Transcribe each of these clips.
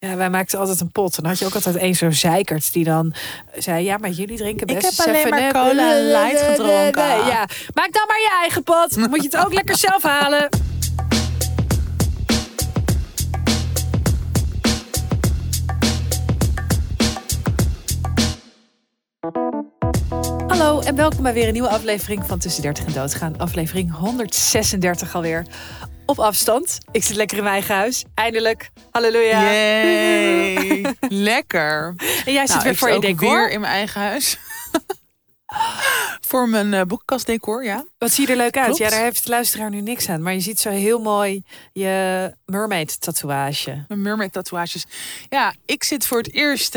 Ja, wij maakten altijd een pot. En dan had je ook altijd één zo'n zeikert die dan zei... Ja, maar jullie drinken best. Ik heb alleen maar cola light gedronken. Ja, maak dan maar je eigen pot. Dan moet je het ook lekker zelf halen. Hallo en welkom bij weer een nieuwe aflevering van Tussen 30 en Doodgaan. Aflevering 136 alweer. Op afstand. Ik zit lekker in mijn eigen huis. Eindelijk. Halleluja. Yay. Lekker. En jij zit weer voor je decor. Weer in mijn eigen huis. Voor mijn boekenkastdecor, ja. Wat zie je er leuk uit. Klopt. Ja, daar heeft de luisteraar nu niks aan. Maar je ziet zo heel mooi je mermaid tatoeage. Mijn mermaid tatoeages. Ja, ik zit voor het eerst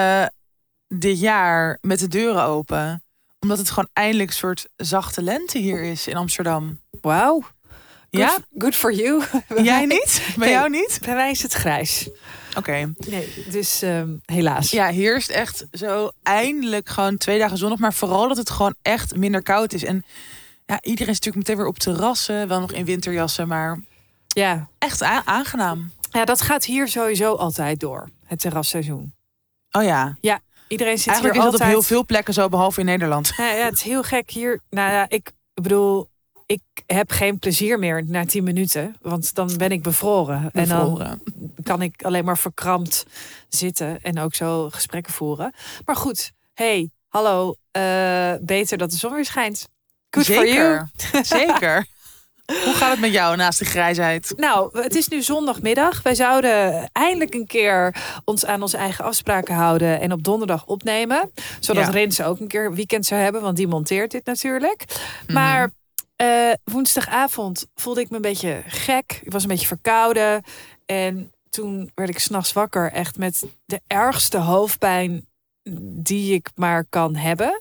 dit jaar met de deuren open. Omdat het gewoon eindelijk een soort zachte lente hier is in Amsterdam. Wauw. Ja? Good for you. Jij niet? Bij jou niet? Bij mij is het grijs. Oké. Nee, dus helaas. Ja, hier is het echt zo eindelijk gewoon 2 dagen zonnig. Maar vooral dat het gewoon echt minder koud is. En ja, iedereen is natuurlijk meteen weer op terrassen. Wel nog in winterjassen, maar Ja, echt aangenaam. ja, dat gaat hier sowieso altijd door. Het terrasseizoen. Oh ja. Ja, iedereen zit Eigenlijk hier is dat altijd... op heel veel plekken zo, behalve in Nederland. Ja, het is heel gek hier. Nou ja, ik bedoel... Ik heb geen plezier meer na 10 minuten. Want dan ben ik bevroren. En dan kan ik alleen maar verkrampt zitten. En ook zo gesprekken voeren. Maar goed, hey, hallo. Beter dat de zon weer schijnt. Good for you. Zeker. Hoe gaat het met jou naast de grijsheid? Nou, het is nu zondagmiddag. Wij zouden eindelijk een keer ons aan onze eigen afspraken houden. En op donderdag opnemen. Zodat Rinse ook een keer weekend zou hebben. Want die monteert dit natuurlijk. Maar... woensdagavond voelde ik me een beetje gek. Ik was een beetje verkouden. En toen werd ik 's nachts wakker. Echt met de ergste hoofdpijn die ik maar kan hebben.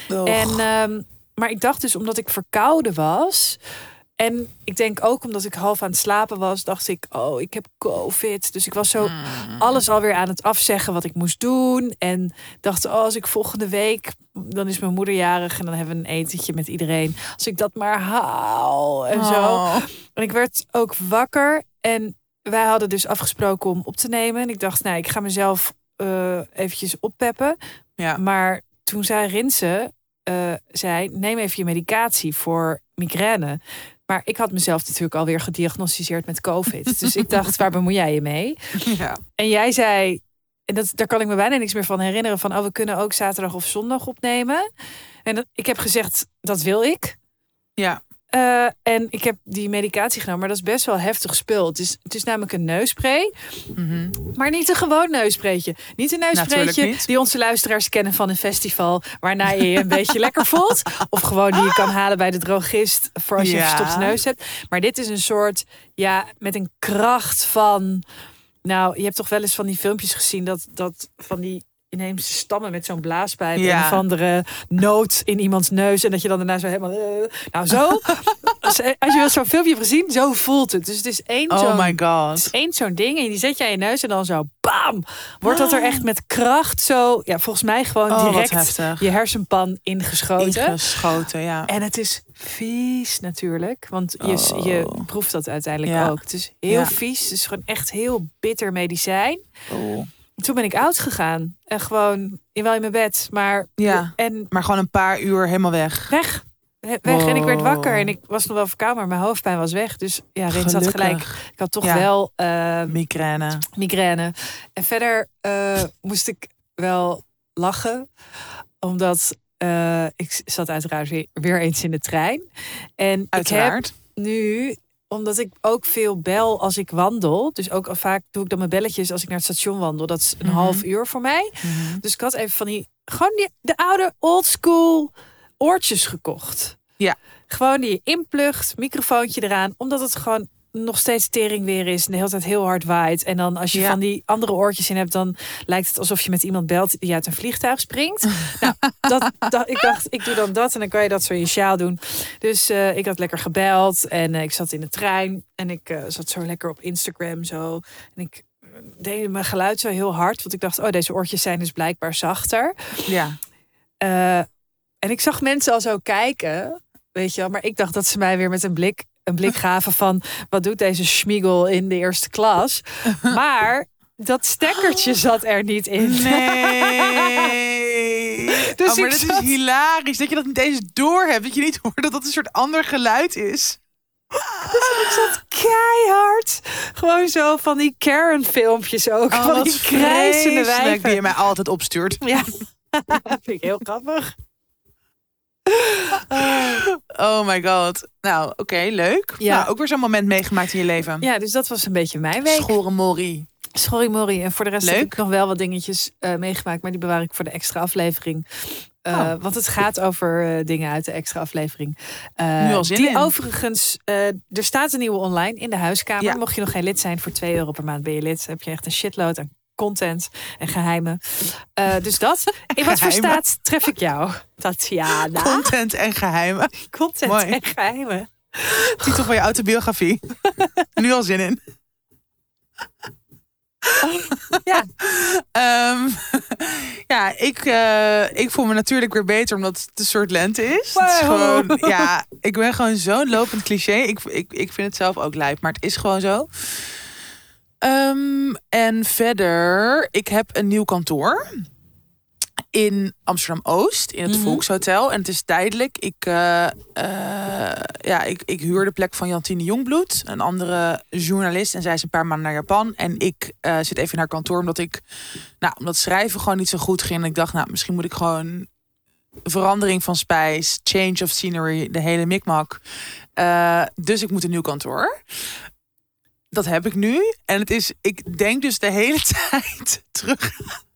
Maar ik dacht dus omdat ik verkouden was... En ik denk ook omdat ik half aan het slapen was, dacht ik, oh, ik heb COVID. Dus ik was zo alles alweer aan het afzeggen wat ik moest doen. En dacht, oh, als ik volgende week, dan is mijn moeder jarig en dan hebben we een etentje met iedereen. Als ik dat maar haal en zo. En ik werd ook wakker en wij hadden dus afgesproken om op te nemen. En ik dacht, nou, ik ga mezelf eventjes oppeppen. Ja. Maar toen zei Rinse, neem even je medicatie voor migraine. Maar ik had mezelf natuurlijk alweer gediagnosticeerd met COVID. Dus ik dacht, waar bemoei jij je mee? Ja. En jij zei, en daar kan ik me bijna niks meer van herinneren... van, we kunnen ook zaterdag of zondag opnemen. En ik heb gezegd, dat wil ik. Ja. En ik heb die medicatie genomen, maar dat is best wel heftig spul. Het is namelijk een neusspray. Mm-hmm. Maar niet een gewoon neusspreetje. Niet een neusspreetje die onze luisteraars kennen van een festival... waarna je je een beetje lekker voelt. Of gewoon die je kan halen bij de drogist... voor als je een verstopte neus hebt. Maar dit is een soort, met een kracht van... Nou, je hebt toch wel eens van die filmpjes gezien... dat van die inheemse stammen met zo'n blaaspijp... en een of andere noot in iemands neus... en dat je dan daarna zo helemaal... Nou, zo... Als je wel zo'n filmpje hebt gezien, zo voelt het. Dus het is één zo'n ding... en die zet je aan je neus en dan zo... bam! Wordt dat er echt met kracht zo... Ja, volgens mij gewoon direct je hersenpan ingeschoten. Ja. En het is vies natuurlijk. Want je proeft dat uiteindelijk ook. Het is heel vies. Het is gewoon echt heel bitter medicijn. Toen ben ik oud gegaan. En gewoon wel in mijn bed. Maar, maar gewoon een paar uur helemaal weg. Weg. En ik werd wakker. En ik was nog wel verkouden, maar mijn hoofdpijn was weg. Dus ja, Rins had gelijk. Ik had toch wel... migraine. En verder moest ik wel lachen. Omdat ik zat uiteraard weer eens in de trein. En uiteraard. Ik heb nu... Omdat ik ook veel bel als ik wandel. Dus ook al vaak doe ik dan mijn belletjes als ik naar het station wandel. Dat is een half uur voor mij. Dus ik had even van de oude old school oortjes gekocht. Ja. Gewoon die je inplugt, microfoontje eraan. Omdat het gewoon nog steeds tering weer is. En de hele tijd heel hard waait. En dan als je van die andere oortjes in hebt... dan lijkt het alsof je met iemand belt die uit een vliegtuig springt. Nou, ik dacht, ik doe dan dat. En dan kan je dat zo in je sjaal doen. Dus ik had lekker gebeld. En ik zat in de trein. En ik zat zo lekker op Instagram zo. En ik deed mijn geluid zo heel hard. Want ik dacht, deze oortjes zijn dus blijkbaar zachter. Ja. En ik zag mensen al zo kijken... Weet je wel, maar ik dacht dat ze mij weer met een blik gaven van... wat doet deze schmiegel in de eerste klas? Maar dat stekkertje zat er niet in. Nee. Dus maar dat is hilarisch. Dat je dat niet eens door hebt. Dat je niet hoort dat dat een soort ander geluid is. Dus ik zat keihard. Gewoon zo van die Karen-filmpjes ook. Van die krijzende wijven. Die je mij altijd opstuurt. Ja, dat vind ik heel grappig. Oh my god. Nou, oké, leuk. Ja. Nou, ook weer zo'n moment meegemaakt in je leven. Ja, dus dat was een beetje mijn week. Schoremorrie. Sorry. En voor de rest leuk. heb ik nog wel wat dingetjes meegemaakt. Maar die bewaar ik voor de extra aflevering. Want het gaat over dingen uit de extra aflevering. Nu al zin in. Overigens, er staat een nieuwe online in de huiskamer. Ja. Mocht je nog geen lid zijn, voor €2 per maand ben je lid. Dan heb je echt een shitload aan content en geheimen. Dus dat. In wat voor staat tref ik jou, Tatjana? Content en geheimen. Content Mooi. en geheimen. Titel van je autobiografie. Nu al zin in. Ja. Ja, ik voel me natuurlijk weer beter omdat het een soort lente is. Wow. Het is gewoon, ja, ik ben gewoon zo'n lopend cliché. Ik vind het zelf ook lijp, maar het is gewoon zo. En verder, ik heb een nieuw kantoor in Amsterdam-Oost, in het Volkshotel. En het is tijdelijk. Ik huur de plek van Jantine Jongbloed, een andere journalist. En zij is een paar maanden naar Japan. En ik zit even in haar kantoor, omdat schrijven gewoon niet zo goed ging. En ik dacht, misschien moet ik gewoon verandering van spijs, change of scenery, de hele mikmak. Dus ik moet een nieuw kantoor. Dat heb ik nu. En ik denk dus de hele tijd terug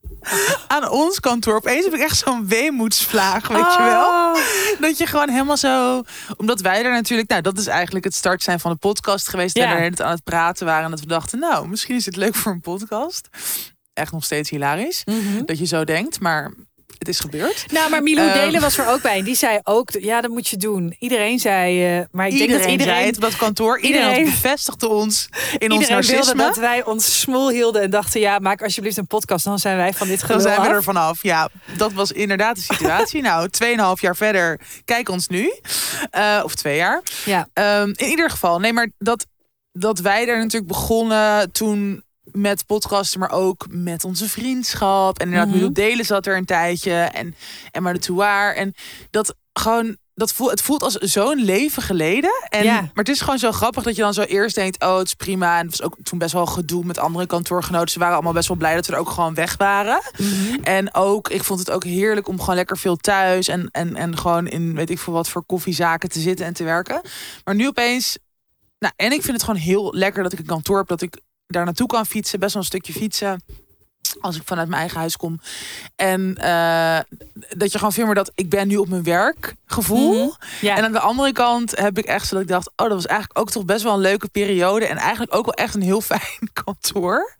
aan ons kantoor. Opeens heb ik echt zo'n weemoedsvlaag, weet je wel? Dat je gewoon helemaal zo... Omdat wij er natuurlijk... dat is eigenlijk het start zijn van de podcast geweest. Dat we er net aan het praten waren. En dat we dachten, misschien is het leuk voor een podcast. Echt nog steeds hilarisch. Dat je zo denkt, maar... Het is gebeurd. Nou, maar Milou Delen was er ook bij. En die zei ook, ja, dat moet je doen. Iedereen zei... maar ik denk dat iedereen zei het op dat kantoor. Iedereen bevestigde ons in ons narcisme. Iedereen wilde dat wij ons smoel hielden en dachten... ja, maak alsjeblieft een podcast, dan zijn wij van dit gelul Dan zijn we er vanaf. Ja, dat was inderdaad de situatie. 2,5 jaar verder, kijk ons nu. Of 2 jaar. Ja. In ieder geval, nee, maar dat wij daar natuurlijk begonnen toen... met podcasten, maar ook met onze vriendschap. En inderdaad, Milou Delen zat er een tijdje. En maar de Touar. En dat gewoon... Het voelt als zo'n leven geleden. Maar het is gewoon zo grappig dat je dan zo eerst denkt... het is prima. En het was ook toen best wel gedoe met andere kantoorgenoten. Ze waren allemaal best wel blij dat we er ook gewoon weg waren. En ook, ik vond het ook heerlijk om gewoon lekker veel thuis... en gewoon in weet ik veel wat voor koffiezaken te zitten en te werken. Maar nu opeens... en ik vind het gewoon heel lekker dat ik een kantoor heb... dat ik daar naartoe kan fietsen, best wel een stukje fietsen als ik vanuit mijn eigen huis kom. En dat je gewoon veel meer dat ik ben nu op mijn werk gevoel. En aan de andere kant heb ik echt zo dat ik dacht, dat was eigenlijk ook toch best wel een leuke periode en eigenlijk ook wel echt een heel fijn kantoor.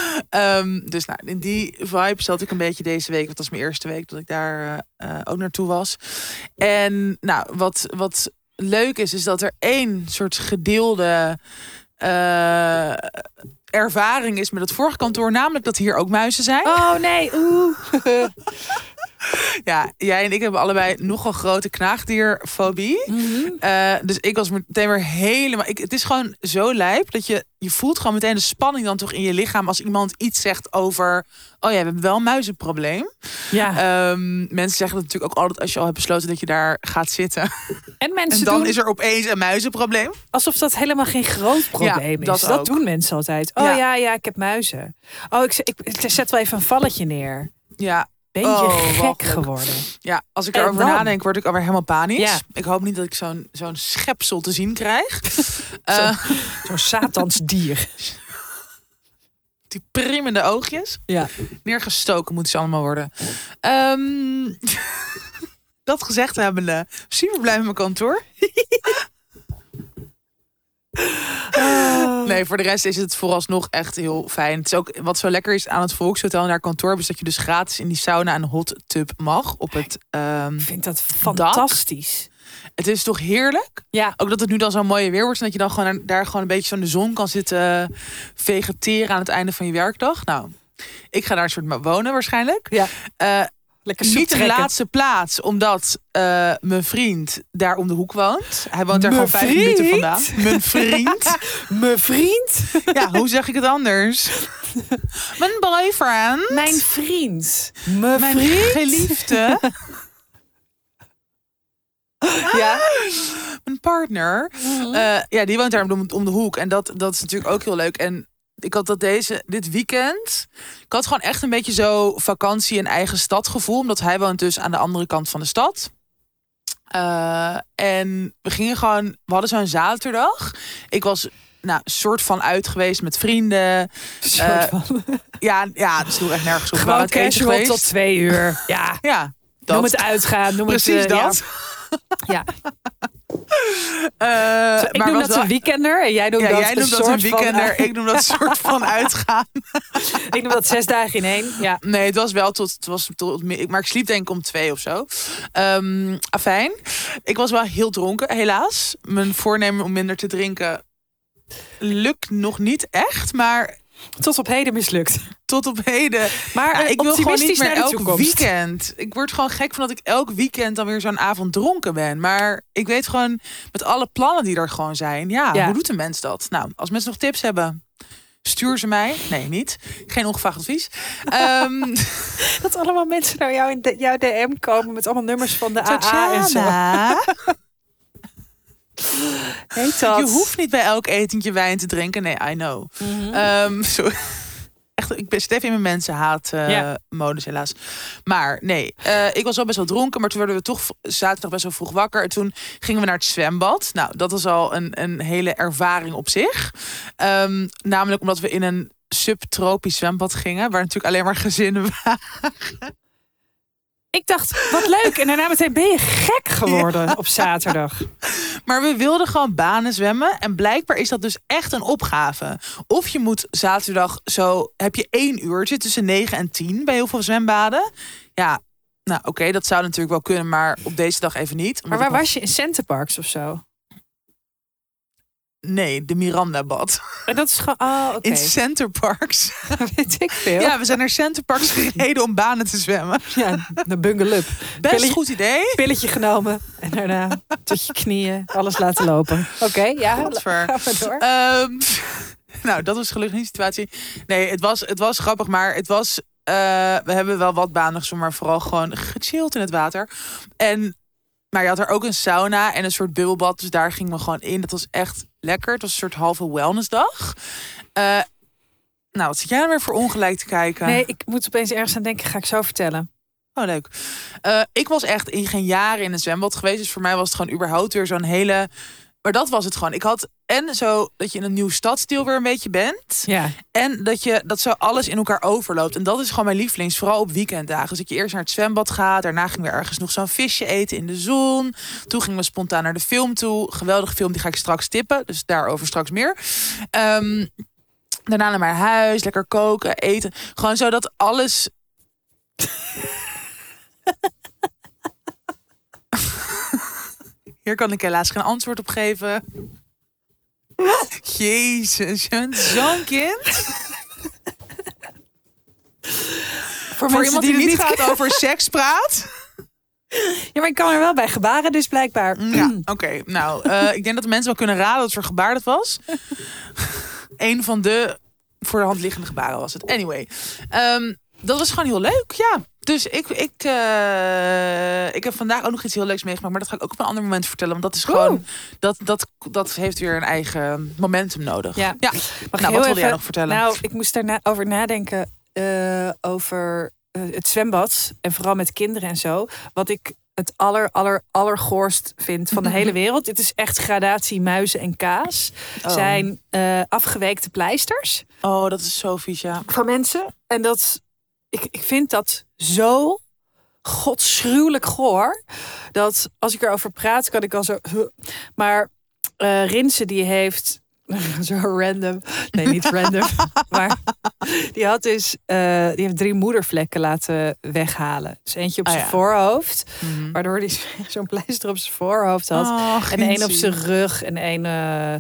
Dus in die vibe zat ik een beetje deze week. Dat was mijn eerste week dat ik daar ook naartoe was. En wat leuk is dat er één soort gedeelde ervaring is met het vorige kantoor, namelijk dat hier ook muizen zijn. Oh nee, Ja, jij en ik hebben allebei nogal grote knaagdierfobie. Dus ik was meteen weer helemaal... Het is gewoon zo lijp dat je voelt gewoon meteen de spanning dan toch in je lichaam als iemand iets zegt over... we hebben wel een muizenprobleem. Ja. Mensen zeggen dat natuurlijk ook altijd als je al hebt besloten dat je daar gaat zitten. En dan is er opeens een muizenprobleem. Alsof dat helemaal geen groot probleem is. Dat doen mensen altijd. Ja, ik heb muizen. Ik zet wel even een valletje neer. Ja. Ben je gek geworden? Ja, als ik erover nadenk, word ik alweer helemaal panisch. Ja. Ik hoop niet dat ik zo'n schepsel te zien krijg. Zo'n satans dier. Die priemende oogjes. Ja. Neergestoken moeten ze allemaal worden. Dat gezegd hebbende, super blij met mijn kantoor. Nee, voor de rest is het vooralsnog echt heel fijn. Het is ook wat zo lekker is aan het Volkshotel en haar kantoor, is dat je dus gratis in die sauna en hot tub mag op het ik vind dat fantastisch. Dak. Het is toch heerlijk? Ja. Ook dat het nu dan zo mooie weer wordt en dat je dan gewoon daar gewoon een beetje zo in de zon kan zitten vegeteren aan het einde van je werkdag. Nou, ik ga daar een soort wonen waarschijnlijk. Ja. Lekker niet in de trekken. laatste plaats, omdat mijn vriend daar om de hoek woont. Hij woont daar gewoon 5 minuten vandaan. Mijn vriend. Mijn vriend? Ja, hoe zeg ik het anders? Mijn boyfriend. Mijn vriend. Mijn geliefde. Ja. Mijn partner. Die woont daar om de hoek. En dat is natuurlijk ook heel leuk. En ik had dit weekend. Ik had gewoon echt een beetje zo vakantie in eigen stadgevoel. Omdat hij woont dus aan de andere kant van de stad. En we hadden zo'n zaterdag. Ik was soort van uit geweest met vrienden. Ja, dat sloeg echt nergens op. Gewoon casual tot 2 uur. Ja, ja, dat. noem het uitgaan. Noem Precies het, dat. Ja. Ik maar noem dat een weekender en jij noemt dat jij noemt dat een weekender. Ik noem dat een soort van uitgaan. Ik noem dat 6 dagen in 1. Ja. Nee, het was wel tot maar ik sliep denk ik om 2 of zo. Afijn. Ik was wel heel dronken, helaas. Mijn voornemen om minder te drinken lukt nog niet echt, maar tot op heden mislukt. Tot op heden. Maar ik wil gewoon niet meer elk weekend. Ik word gewoon gek van dat ik elk weekend dan weer zo'n avond dronken ben. Maar ik weet gewoon met alle plannen die er gewoon zijn. Ja, hoe doet een mens dat? Nou, als mensen nog tips hebben, stuur ze mij. Nee, niet. Geen ongevraagd advies. Dat allemaal mensen naar jou in jouw DM komen met allemaal nummers van de AA en zo. Heet dat? Je hoeft niet bij elk etentje wijn te drinken. Nee, I know. Sorry. Echt, ik zit even in mijn mensenhaat-modus helaas. Maar nee, ik was al best wel dronken. Maar toen werden we toch zaterdag best wel vroeg wakker. En toen gingen we naar het zwembad. Nou, dat was al een hele ervaring op zich. Namelijk omdat we in een subtropisch zwembad gingen. Waar natuurlijk alleen maar gezinnen waren. Ik dacht, wat leuk. En daarna meteen ben je gek geworden op zaterdag. Maar we wilden gewoon banen zwemmen. En blijkbaar is dat dus echt een opgave. Of je moet zaterdag heb je 1 uurtje tussen 9 en 10 bij heel veel zwembaden. Ja, nou oké, dat zou natuurlijk wel kunnen. Maar op deze dag even niet. Maar waar was je? In Centerparks of zo? Nee, de Miranda-bad. En dat is gewoon... Oh, in Centerparks. Weet ik veel. Ja, we zijn naar Centerparks gereden om banen te zwemmen. Ja, de bungalub. Best een goed idee. Pilletje genomen. En daarna tot je knieën. Alles laten lopen. Oké, ja. Gaan we door. Nou, dat was gelukkig niet de situatie. Nee, het was grappig, maar het was... we hebben wel wat banen gezwommen, maar vooral gewoon gechilled in het water. Maar je had er ook een sauna en een soort bubbelbad. Dus daar gingen we gewoon in. Dat was echt lekker. Het was een soort halve wellnessdag. Nou, wat zit jij nou weer voor ongelijk te kijken? Nee, ik moet opeens ergens aan denken. Ga ik zo vertellen. Oh, leuk. Ik was echt in geen jaren in een zwembad geweest. Dus voor mij was het gewoon überhaupt weer zo'n hele... Maar dat was het gewoon. Ik had zo dat je in een nieuw stadsdeel weer een beetje bent. Ja. En dat zo alles in elkaar overloopt. En dat is gewoon mijn lievelings. Vooral op weekenddagen. Dus dat je eerst naar het zwembad gaat. Daarna gingen we ergens nog zo'n visje eten in de zon. Toen gingen we spontaan naar de film toe. Geweldige film, die ga ik straks tippen. Dus daarover straks meer. Daarna naar mijn huis. Lekker koken, eten. Gewoon zo dat alles... Hier kan ik helaas geen antwoord op geven. Jezus, zo'n kind. Voor iemand die niet gaat over seks praat. Ja, maar ik kan er wel bij gebaren, dus blijkbaar. Ja, oké. Nou, ik denk dat de mensen wel kunnen raden wat voor gebaar dat was. Een van de voor de hand liggende gebaren was het. Anyway, dat was gewoon heel leuk, ja. Dus ik heb vandaag ook nog iets heel leuks meegemaakt. Maar dat ga ik ook op een ander moment vertellen. Want dat is gewoon... Dat heeft weer een eigen momentum nodig. Ja. Wat wilde jij nog vertellen? Nou, ik moest daarover nadenken. Over het zwembad. En vooral met kinderen en zo. Wat ik het allergoorst vind van de hele wereld. Dit is echt gradatie muizen en kaas. Zijn afgeweekte pleisters. Oh, dat is zo vies, ja. Van mensen. En dat... Ik vind dat zo godschuwelijk goor. Dat als ik erover praat, kan ik al zo... Maar Rinse die heeft... Zo random. Nee, niet random. Maar die had dus... die heeft 3 moedervlekken laten weghalen. Dus eentje op zijn voorhoofd. Waardoor hij zo'n pleister op zijn voorhoofd had. En 1 op zijn rug. En 1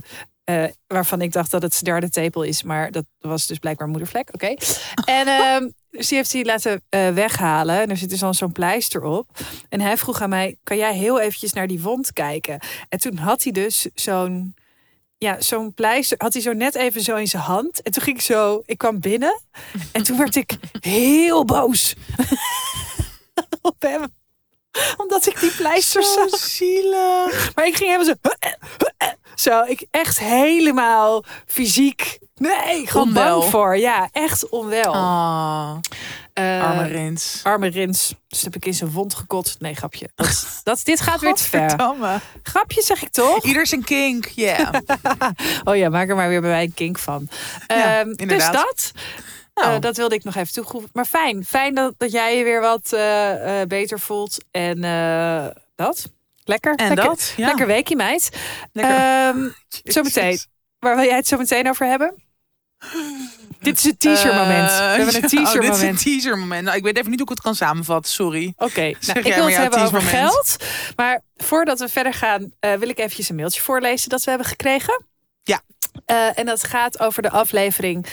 Waarvan ik dacht dat het zijn derde tepel is. Maar dat was dus blijkbaar moedervlek. Oké. En dus die heeft hij laten weghalen. En er zit dus dan zo'n pleister op. En hij vroeg aan mij, kan jij heel eventjes naar die wond kijken? En toen had hij dus zo'n pleister. Had hij zo net even zo in zijn hand. En toen ging ik kwam binnen. En toen werd ik heel boos. Op hem. Omdat ik die pleister zo zag. zielig. Maar ik ging helemaal zo, ik echt helemaal fysiek. Nee, gewoon onwel. bang voor. Ja, echt onwel. Arme Rins. Arme Rins. Dus heb ik in zijn wond gekot. Nee, grapje. Dit gaat weer te ver. Grapje zeg ik toch? Ieder zijn kink, yeah. Oh ja, maak er maar weer bij mij een kink van. Dus dat. Dat wilde ik nog even toevoegen. Maar fijn dat jij je weer wat beter voelt. En dat. Lekker. En lekker, dat, ja. Lekker weekje, meid. Zometeen. Waar wil jij het zo meteen over hebben? Dit is het teaser moment. We hebben een teaser moment. Dit is een teaser moment. Nou, ik weet even niet hoe ik het kan samenvatten, sorry. Oké, ik wil het hebben over geld. Maar voordat we verder gaan, wil ik eventjes een mailtje voorlezen dat we hebben gekregen. Ja. En dat gaat over de aflevering...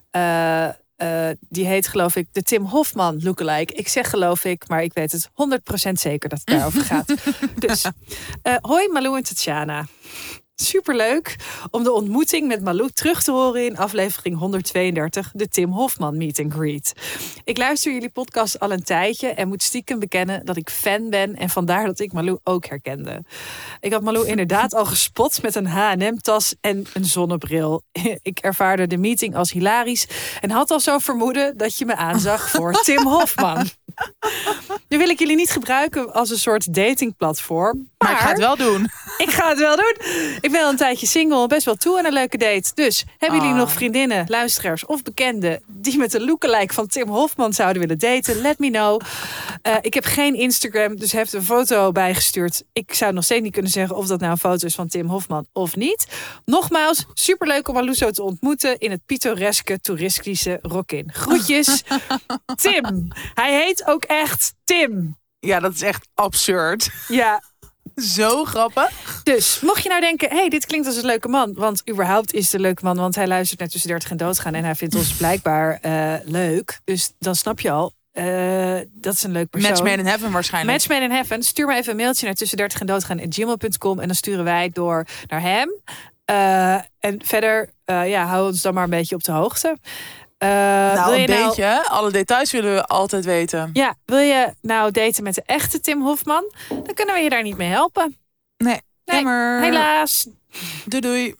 die heet geloof ik de Tim Hofman lookalike. Ik zeg geloof ik, maar ik weet het 100% zeker dat het daarover gaat. Dus, hoi Malou en Tatjana. Superleuk om de ontmoeting met Malou terug te horen in aflevering 132, de Tim Hofman Meet and Greet. Ik luister jullie podcast al een tijdje en moet stiekem bekennen dat ik fan ben en vandaar dat ik Malou ook herkende. Ik had Malou inderdaad al gespot met een H&M-tas en een zonnebril. Ik ervaarde de meeting als hilarisch en had al zo'n vermoeden dat je me aanzag voor Tim Hofman. Nu wil ik jullie niet gebruiken als een soort datingplatform. Maar ik ga het wel doen. Ik ga het wel doen. Ik ben al een tijdje single, best wel toe aan een leuke date. Dus hebben jullie nog vriendinnen, luisteraars of bekenden die met de lookalike van Tim Hofman zouden willen daten? Let me know. Ik heb geen Instagram, dus heeft een foto bijgestuurd. Ik zou nog steeds niet kunnen zeggen of dat nou een foto is van Tim Hofman of niet. Nogmaals, superleuk om Malou zo te ontmoeten in het pittoreske toeristische Rokin. Groetjes, Tim. Hij heet ook echt Tim. Ja, dat is echt absurd. Ja. Zo grappig. Dus, mocht je nou denken, hey, dit klinkt als een leuke man. Want überhaupt is het een leuke man. Want hij luistert naar Tussen 30 en Doodgaan. En hij vindt ons blijkbaar leuk. Dus dan snap je al, dat is een leuk persoon. Match made in heaven waarschijnlijk. Match made in heaven. Stuur maar even een mailtje naar tussen 30 en doodgaan@gmail.com. En dan sturen wij het door naar hem. En verder, hou ons dan maar een beetje op de hoogte. Een beetje. Alle details willen we altijd weten. Ja, wil je nou daten met de echte Tim Hofman? Dan kunnen we je daar niet mee helpen. Nee, jammer. Helaas. Doei.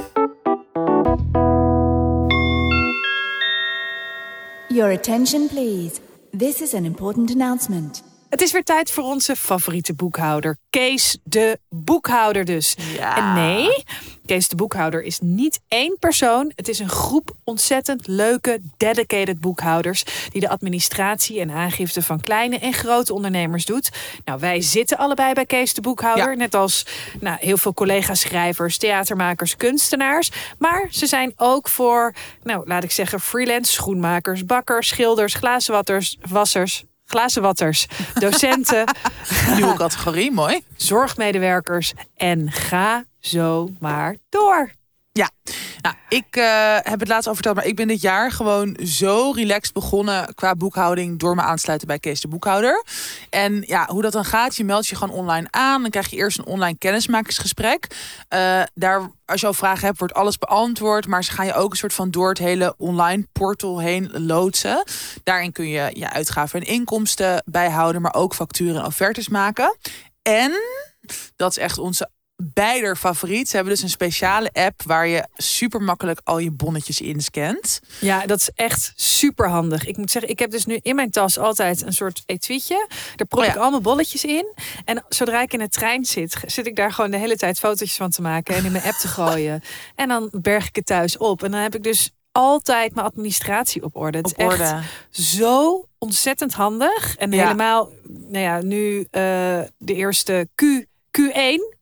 Your attention please. This is an important announcement. Het is weer tijd voor onze favoriete boekhouder. Kees de boekhouder dus. Ja. En nee, Kees de boekhouder is niet één persoon. Het is een groep ontzettend leuke, dedicated boekhouders die de administratie en aangifte van kleine en grote ondernemers doet. Nou, wij zitten allebei bij Kees de boekhouder. Ja. Net als heel veel collega's schrijvers, theatermakers, kunstenaars. Maar ze zijn ook voor, laat ik zeggen, freelance schoenmakers, bakkers, schilders, glazenwatters, docenten. Nieuwe categorie, mooi. Zorgmedewerkers en ga zo maar door. Ja, ik heb het laatst al verteld, maar ik ben dit jaar gewoon zo relaxed begonnen qua boekhouding door me aan te sluiten bij Kees de boekhouder. En hoe dat dan gaat, je meldt je gewoon online aan. Dan krijg je eerst een online kennismakingsgesprek. Daar, als je al vragen hebt, wordt alles beantwoord. Maar ze gaan je ook een soort van door het hele online portal heen loodsen. Daarin kun je je uitgaven en inkomsten bijhouden, maar ook facturen en offertes maken. En dat is echt onze beider favoriet. Ze hebben dus een speciale app waar je super makkelijk al je bonnetjes inscant. Ja, dat is echt super handig. Ik moet zeggen, ik heb dus nu in mijn tas altijd een soort etuietje. Daar prop ik al mijn bolletjes in. En zodra ik in de trein zit ik daar gewoon de hele tijd fotootjes van te maken en in mijn app te gooien. En dan berg ik het thuis op. En dan heb ik dus altijd mijn administratie op orde. Het is echt zo ontzettend handig. En helemaal, nu de eerste Q1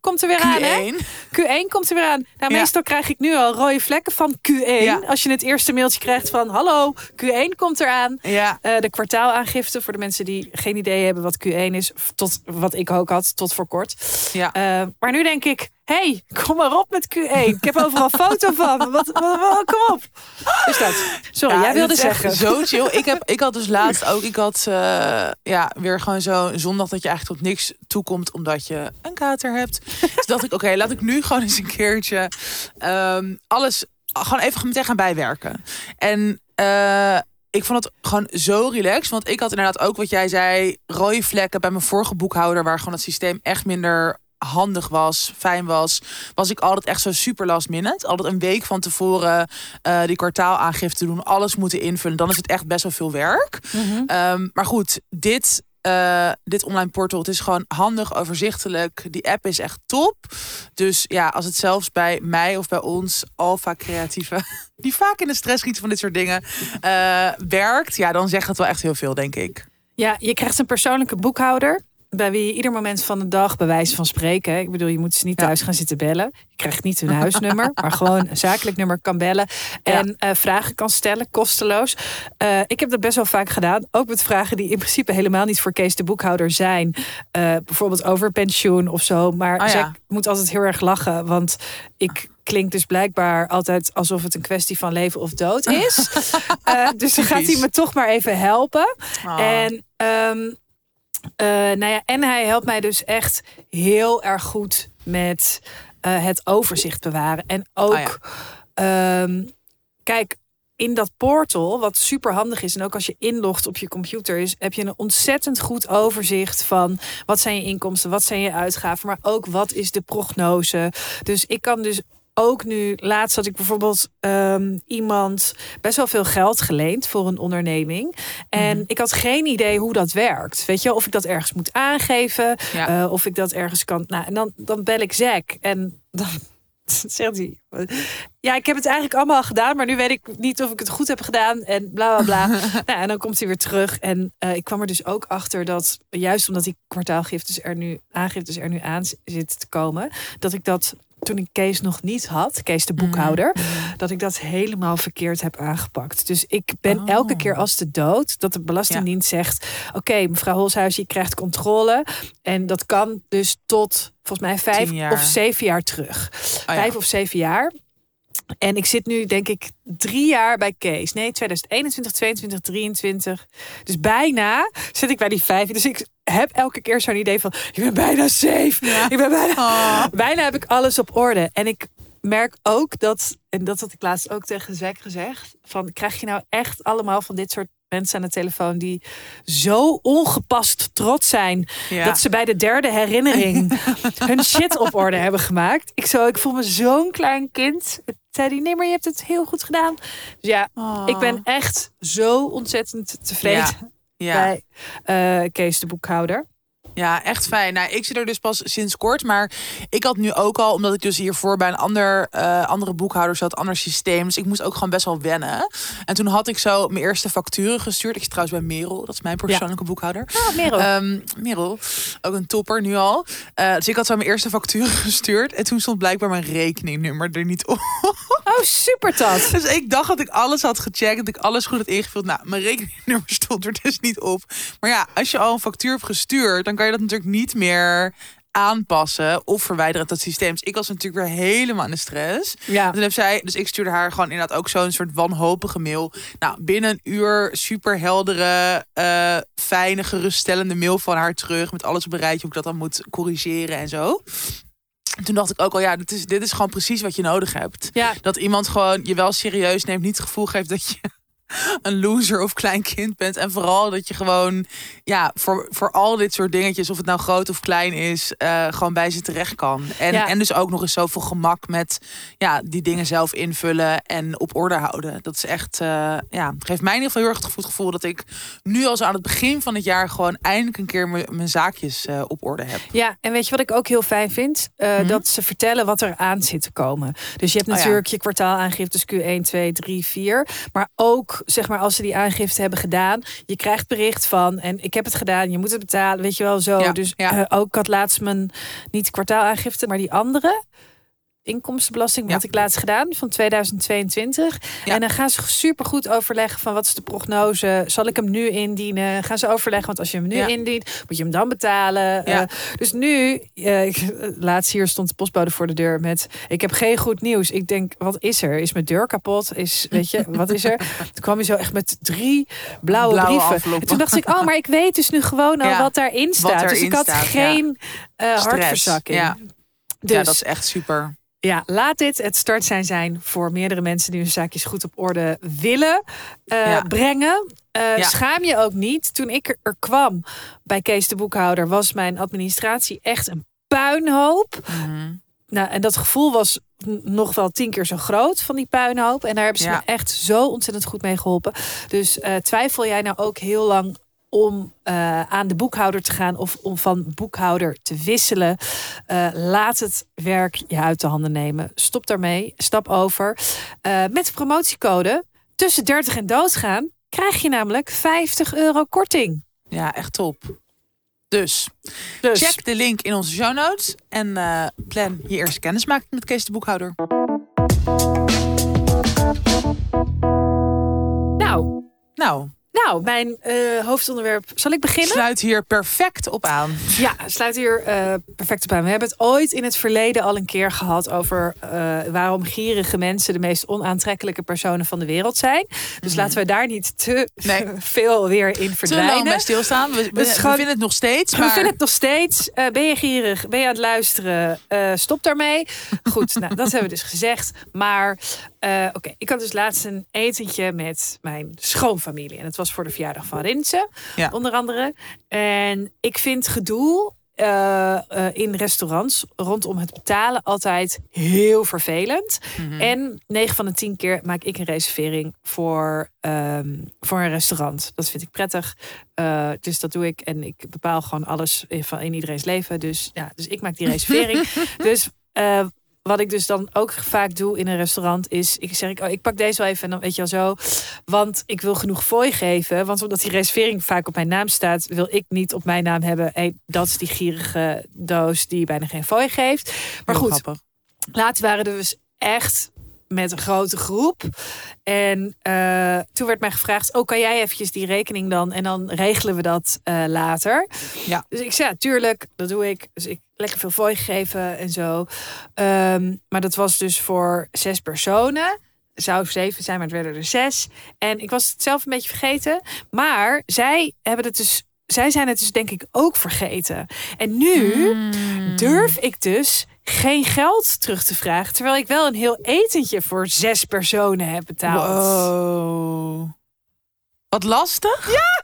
komt er weer aan, hè? Q1 komt er weer aan. Nou, meestal krijg ik nu al rode vlekken van Q1. Ja. Als je het eerste mailtje krijgt van... hallo, Q1 komt eraan. Ja. De kwartaalaangifte voor de mensen die geen idee hebben wat Q1 is. Tot wat ik ook had, tot voor kort. Ja. Maar nu denk ik... hey, kom maar op met Q1. Ik heb overal een foto van. Kom op. Dus dat. Sorry, jij wilde zeggen. Zo chill. Ik had dus laatst ook... Ik had weer gewoon zo'n zondag dat je eigenlijk tot niks toekomt... omdat je een kater hebt. Dus dacht ik, oké, laat ik nu gewoon eens een keertje... alles gewoon even meteen gaan bijwerken. En... ik vond het gewoon zo relaxed. Want ik had inderdaad ook wat jij zei... rode vlekken bij mijn vorige boekhouder... waar gewoon het systeem echt minder... handig was, fijn was ik altijd echt zo super last minute. Altijd een week van tevoren die kwartaalaangifte doen, alles moeten invullen. Dan is het echt best wel veel werk. Mm-hmm. Maar goed, dit online portal, het is gewoon handig, overzichtelijk. Die app is echt top. Dus ja, als het zelfs bij mij of bij ons alpha creatieven die vaak in de stress schieten van dit soort dingen werkt, ja, dan zegt het wel echt heel veel, denk ik. Ja, je krijgt een persoonlijke boekhouder. Bij wie je ieder moment van de dag, bij wijze van spreken... ik bedoel, je moet ze niet thuis gaan zitten bellen. Je krijgt niet hun huisnummer, maar gewoon een zakelijk nummer kan bellen. En vragen kan stellen, kosteloos. Ik heb dat best wel vaak gedaan. Ook met vragen die in principe helemaal niet voor Kees de boekhouder zijn. Bijvoorbeeld over pensioen of zo. Maar ik moet altijd heel erg lachen, want ik... klinkt dus blijkbaar altijd alsof het een kwestie van leven of dood is. Dus dan gaat hij me toch maar even helpen. En... en hij helpt mij dus echt heel erg goed met het overzicht bewaren. En ook, kijk, in dat portal, wat super handig is... en ook als je inlogt op je computer... heb je een ontzettend goed overzicht van... wat zijn je inkomsten, wat zijn je uitgaven... maar ook wat is de prognose. Dus ik kan dus... ook nu, laatst had ik bijvoorbeeld iemand best wel veel geld geleend voor een onderneming. En ik had geen idee hoe dat werkt. Weet je, of ik dat ergens moet aangeven. Of ik dat ergens kan... Nou, en dan bel ik Zack. En dan zegt hij... ja, ik heb het eigenlijk allemaal gedaan, maar nu weet ik niet of ik het goed heb gedaan. En bla, bla, bla. Nou, en dan komt hij weer terug. En ik kwam er dus ook achter dat, juist omdat die kwartaalgiftes er nu aan zitten te komen, dat ik dat... toen ik Kees nog niet had, Kees de boekhouder... dat ik dat helemaal verkeerd heb aangepakt. Dus ik ben elke keer als de dood... dat de Belastingdienst zegt... oké, mevrouw Holshuis, je krijgt controle. En dat kan dus tot, volgens mij, 5 of 7 jaar terug. 5 of 7 jaar. En ik zit nu, denk ik, 3 jaar bij Kees. Nee, 2021, 22, 23. Dus bijna zit ik bij die 5. Dus ik heb elke keer zo'n idee van... ik ben bijna safe. Ja. Ik ben bijna heb ik alles op orde. En ik merk ook dat... en dat had ik laatst ook tegen Zack gezegd... van krijg je nou echt allemaal van dit soort mensen aan de telefoon... die zo ongepast trots zijn... dat ze bij de 3e herinnering... hun shit op orde hebben gemaakt. Ik voel me zo'n klein kind... zei hij, nee, maar je hebt het heel goed gedaan. Dus ja, ik ben echt zo ontzettend tevreden bij Kees de boekhouder. Ja, echt fijn. Nou, ik zit er dus pas sinds kort. Maar ik had nu ook al, omdat ik dus hiervoor bij een andere boekhouder zat, ander systeem. Dus ik moest ook gewoon best wel wennen. En toen had ik zo mijn eerste facturen gestuurd. Ik zit trouwens bij Merel, dat is mijn persoonlijke boekhouder. Merel, ook een topper nu al. Dus ik had zo mijn eerste facturen gestuurd. En toen stond blijkbaar mijn rekeningnummer er niet op. Oh, super dat. Dus ik dacht dat ik alles had gecheckt, dat ik alles goed had ingevuld. Nou, mijn rekeningnummer stond er dus niet op. Maar ja, als je al een factuur hebt gestuurd, dan kan je dat natuurlijk niet meer aanpassen of verwijderen uit het systeem. Dus ik was natuurlijk weer helemaal in de stress. Ja. Toen heeft zij, dus ik stuurde haar gewoon inderdaad ook zo'n soort wanhopige mail. Nou, binnen een uur super heldere, fijne, geruststellende mail van haar terug met alles op een rijtje hoe ik dat dan moet corrigeren en zo. Toen dacht ik ook al, dit is gewoon precies wat je nodig hebt. Ja. Dat iemand gewoon je wel serieus neemt, niet het gevoel geeft dat je een loser of klein kind bent. En vooral dat je gewoon, voor al dit soort dingetjes, of het nou groot of klein is, gewoon bij ze terecht kan. En dus ook nog eens zoveel gemak met die dingen zelf invullen en op orde houden. Dat is echt, geeft mij in ieder geval heel erg het gevoel dat ik nu al zo aan het begin van het jaar gewoon eindelijk een keer mijn zaakjes op orde heb. Ja, en weet je wat ik ook heel fijn vind? Dat ze vertellen wat er aan zit te komen. Dus je hebt natuurlijk je kwartaalaangiftes Q1, 2, 3, 4. Maar ook zeg maar, als ze die aangifte hebben gedaan, je krijgt bericht van, en ik heb het gedaan, je moet het betalen, weet je wel, zo. Ja, Dus ja. ook, ik had laatst mijn, niet kwartaalaangifte, maar die andere inkomstenbelasting, wat ik laatst gedaan van 2022. Ja. En dan gaan ze supergoed overleggen van wat is de prognose, zal ik hem nu indienen? Gaan ze overleggen, want als je hem nu indient, moet je hem dan betalen. Ja. Dus nu, laatst hier stond de postbode voor de deur met, ik heb geen goed nieuws. Ik denk, wat is er? Is mijn deur kapot? Weet je, wat is er? Toen kwam hij zo echt met 3 blauwe brieven. Enveloppen. En toen dacht ik, maar ik weet dus nu gewoon al wat daarin staat. Wat Dus erin ik had staat, geen hartverzakking. Ja. Dus, Ja, dat is echt super. ja, laat dit het startsein zijn voor meerdere mensen die hun zaakjes goed op orde willen brengen. Schaam je ook niet. Toen ik er kwam bij Kees de boekhouder, was mijn administratie echt een puinhoop. Mm-hmm. Nou, en dat gevoel was nog wel 10 keer zo groot van die puinhoop. En daar hebben ze me echt zo ontzettend goed mee geholpen. Dus twijfel jij nou ook heel lang om aan de boekhouder te gaan of om van boekhouder te wisselen? Laat het werk je uit de handen nemen. Stop daarmee. Stap over. Met de promotiecode tussen 30 en doodgaan krijg je namelijk €50 korting. Ja, echt top. Dus check de link in onze show notes en plan je eerste kennismaking met Kees de boekhouder. Nou, mijn hoofdonderwerp. Zal ik beginnen? Sluit hier perfect op aan. Ja, sluit hier perfect op aan. We hebben het ooit in het verleden al een keer gehad over waarom gierige mensen de meest onaantrekkelijke personen van de wereld zijn. Dus laten we daar niet te veel weer in verdwijnen. Te lang bij stilstaan. We vinden het nog steeds. Maar... We vinden het nog steeds. Ben je gierig? Ben je aan het luisteren? Stop daarmee. Goed, nou, dat hebben we dus gezegd. Maar oké, ik had dus laatst een etentje met mijn schoonfamilie. En het was voor de verjaardag van Rinse, onder andere. En ik vind gedoe in restaurants rondom het betalen altijd heel vervelend. Mm-hmm. En 9 van de 10 keer maak ik een reservering voor een restaurant. Dat vind ik prettig. Dus dat doe ik. En ik bepaal gewoon alles in iedereen's leven. Dus ik maak die reservering. Dus wat ik dus dan ook vaak doe in een restaurant is, ik pak deze wel even en dan weet je al zo. Want ik wil genoeg fooi geven. Want omdat die reservering vaak op mijn naam staat, wil ik niet op mijn naam hebben. Hey, dat is die gierige doos die bijna geen fooi geeft. Maar heel goed, grappig. Laatst waren er dus echt met een grote groep. En toen werd mij gevraagd, kan jij eventjes die rekening dan? En dan regelen we dat later. Ja. Dus ik zei, tuurlijk, dat doe ik. Dus ik lekker veel fooi gegeven en zo. Maar dat was dus voor 6 personen. Het zou 7 zijn, maar het werden er 6. En ik was het zelf een beetje vergeten. Maar zij zijn het dus denk ik ook vergeten. En nu durf ik dus geen geld terug te vragen. Terwijl ik wel een heel etentje voor 6 personen heb betaald. Wow. Wat lastig? Ja!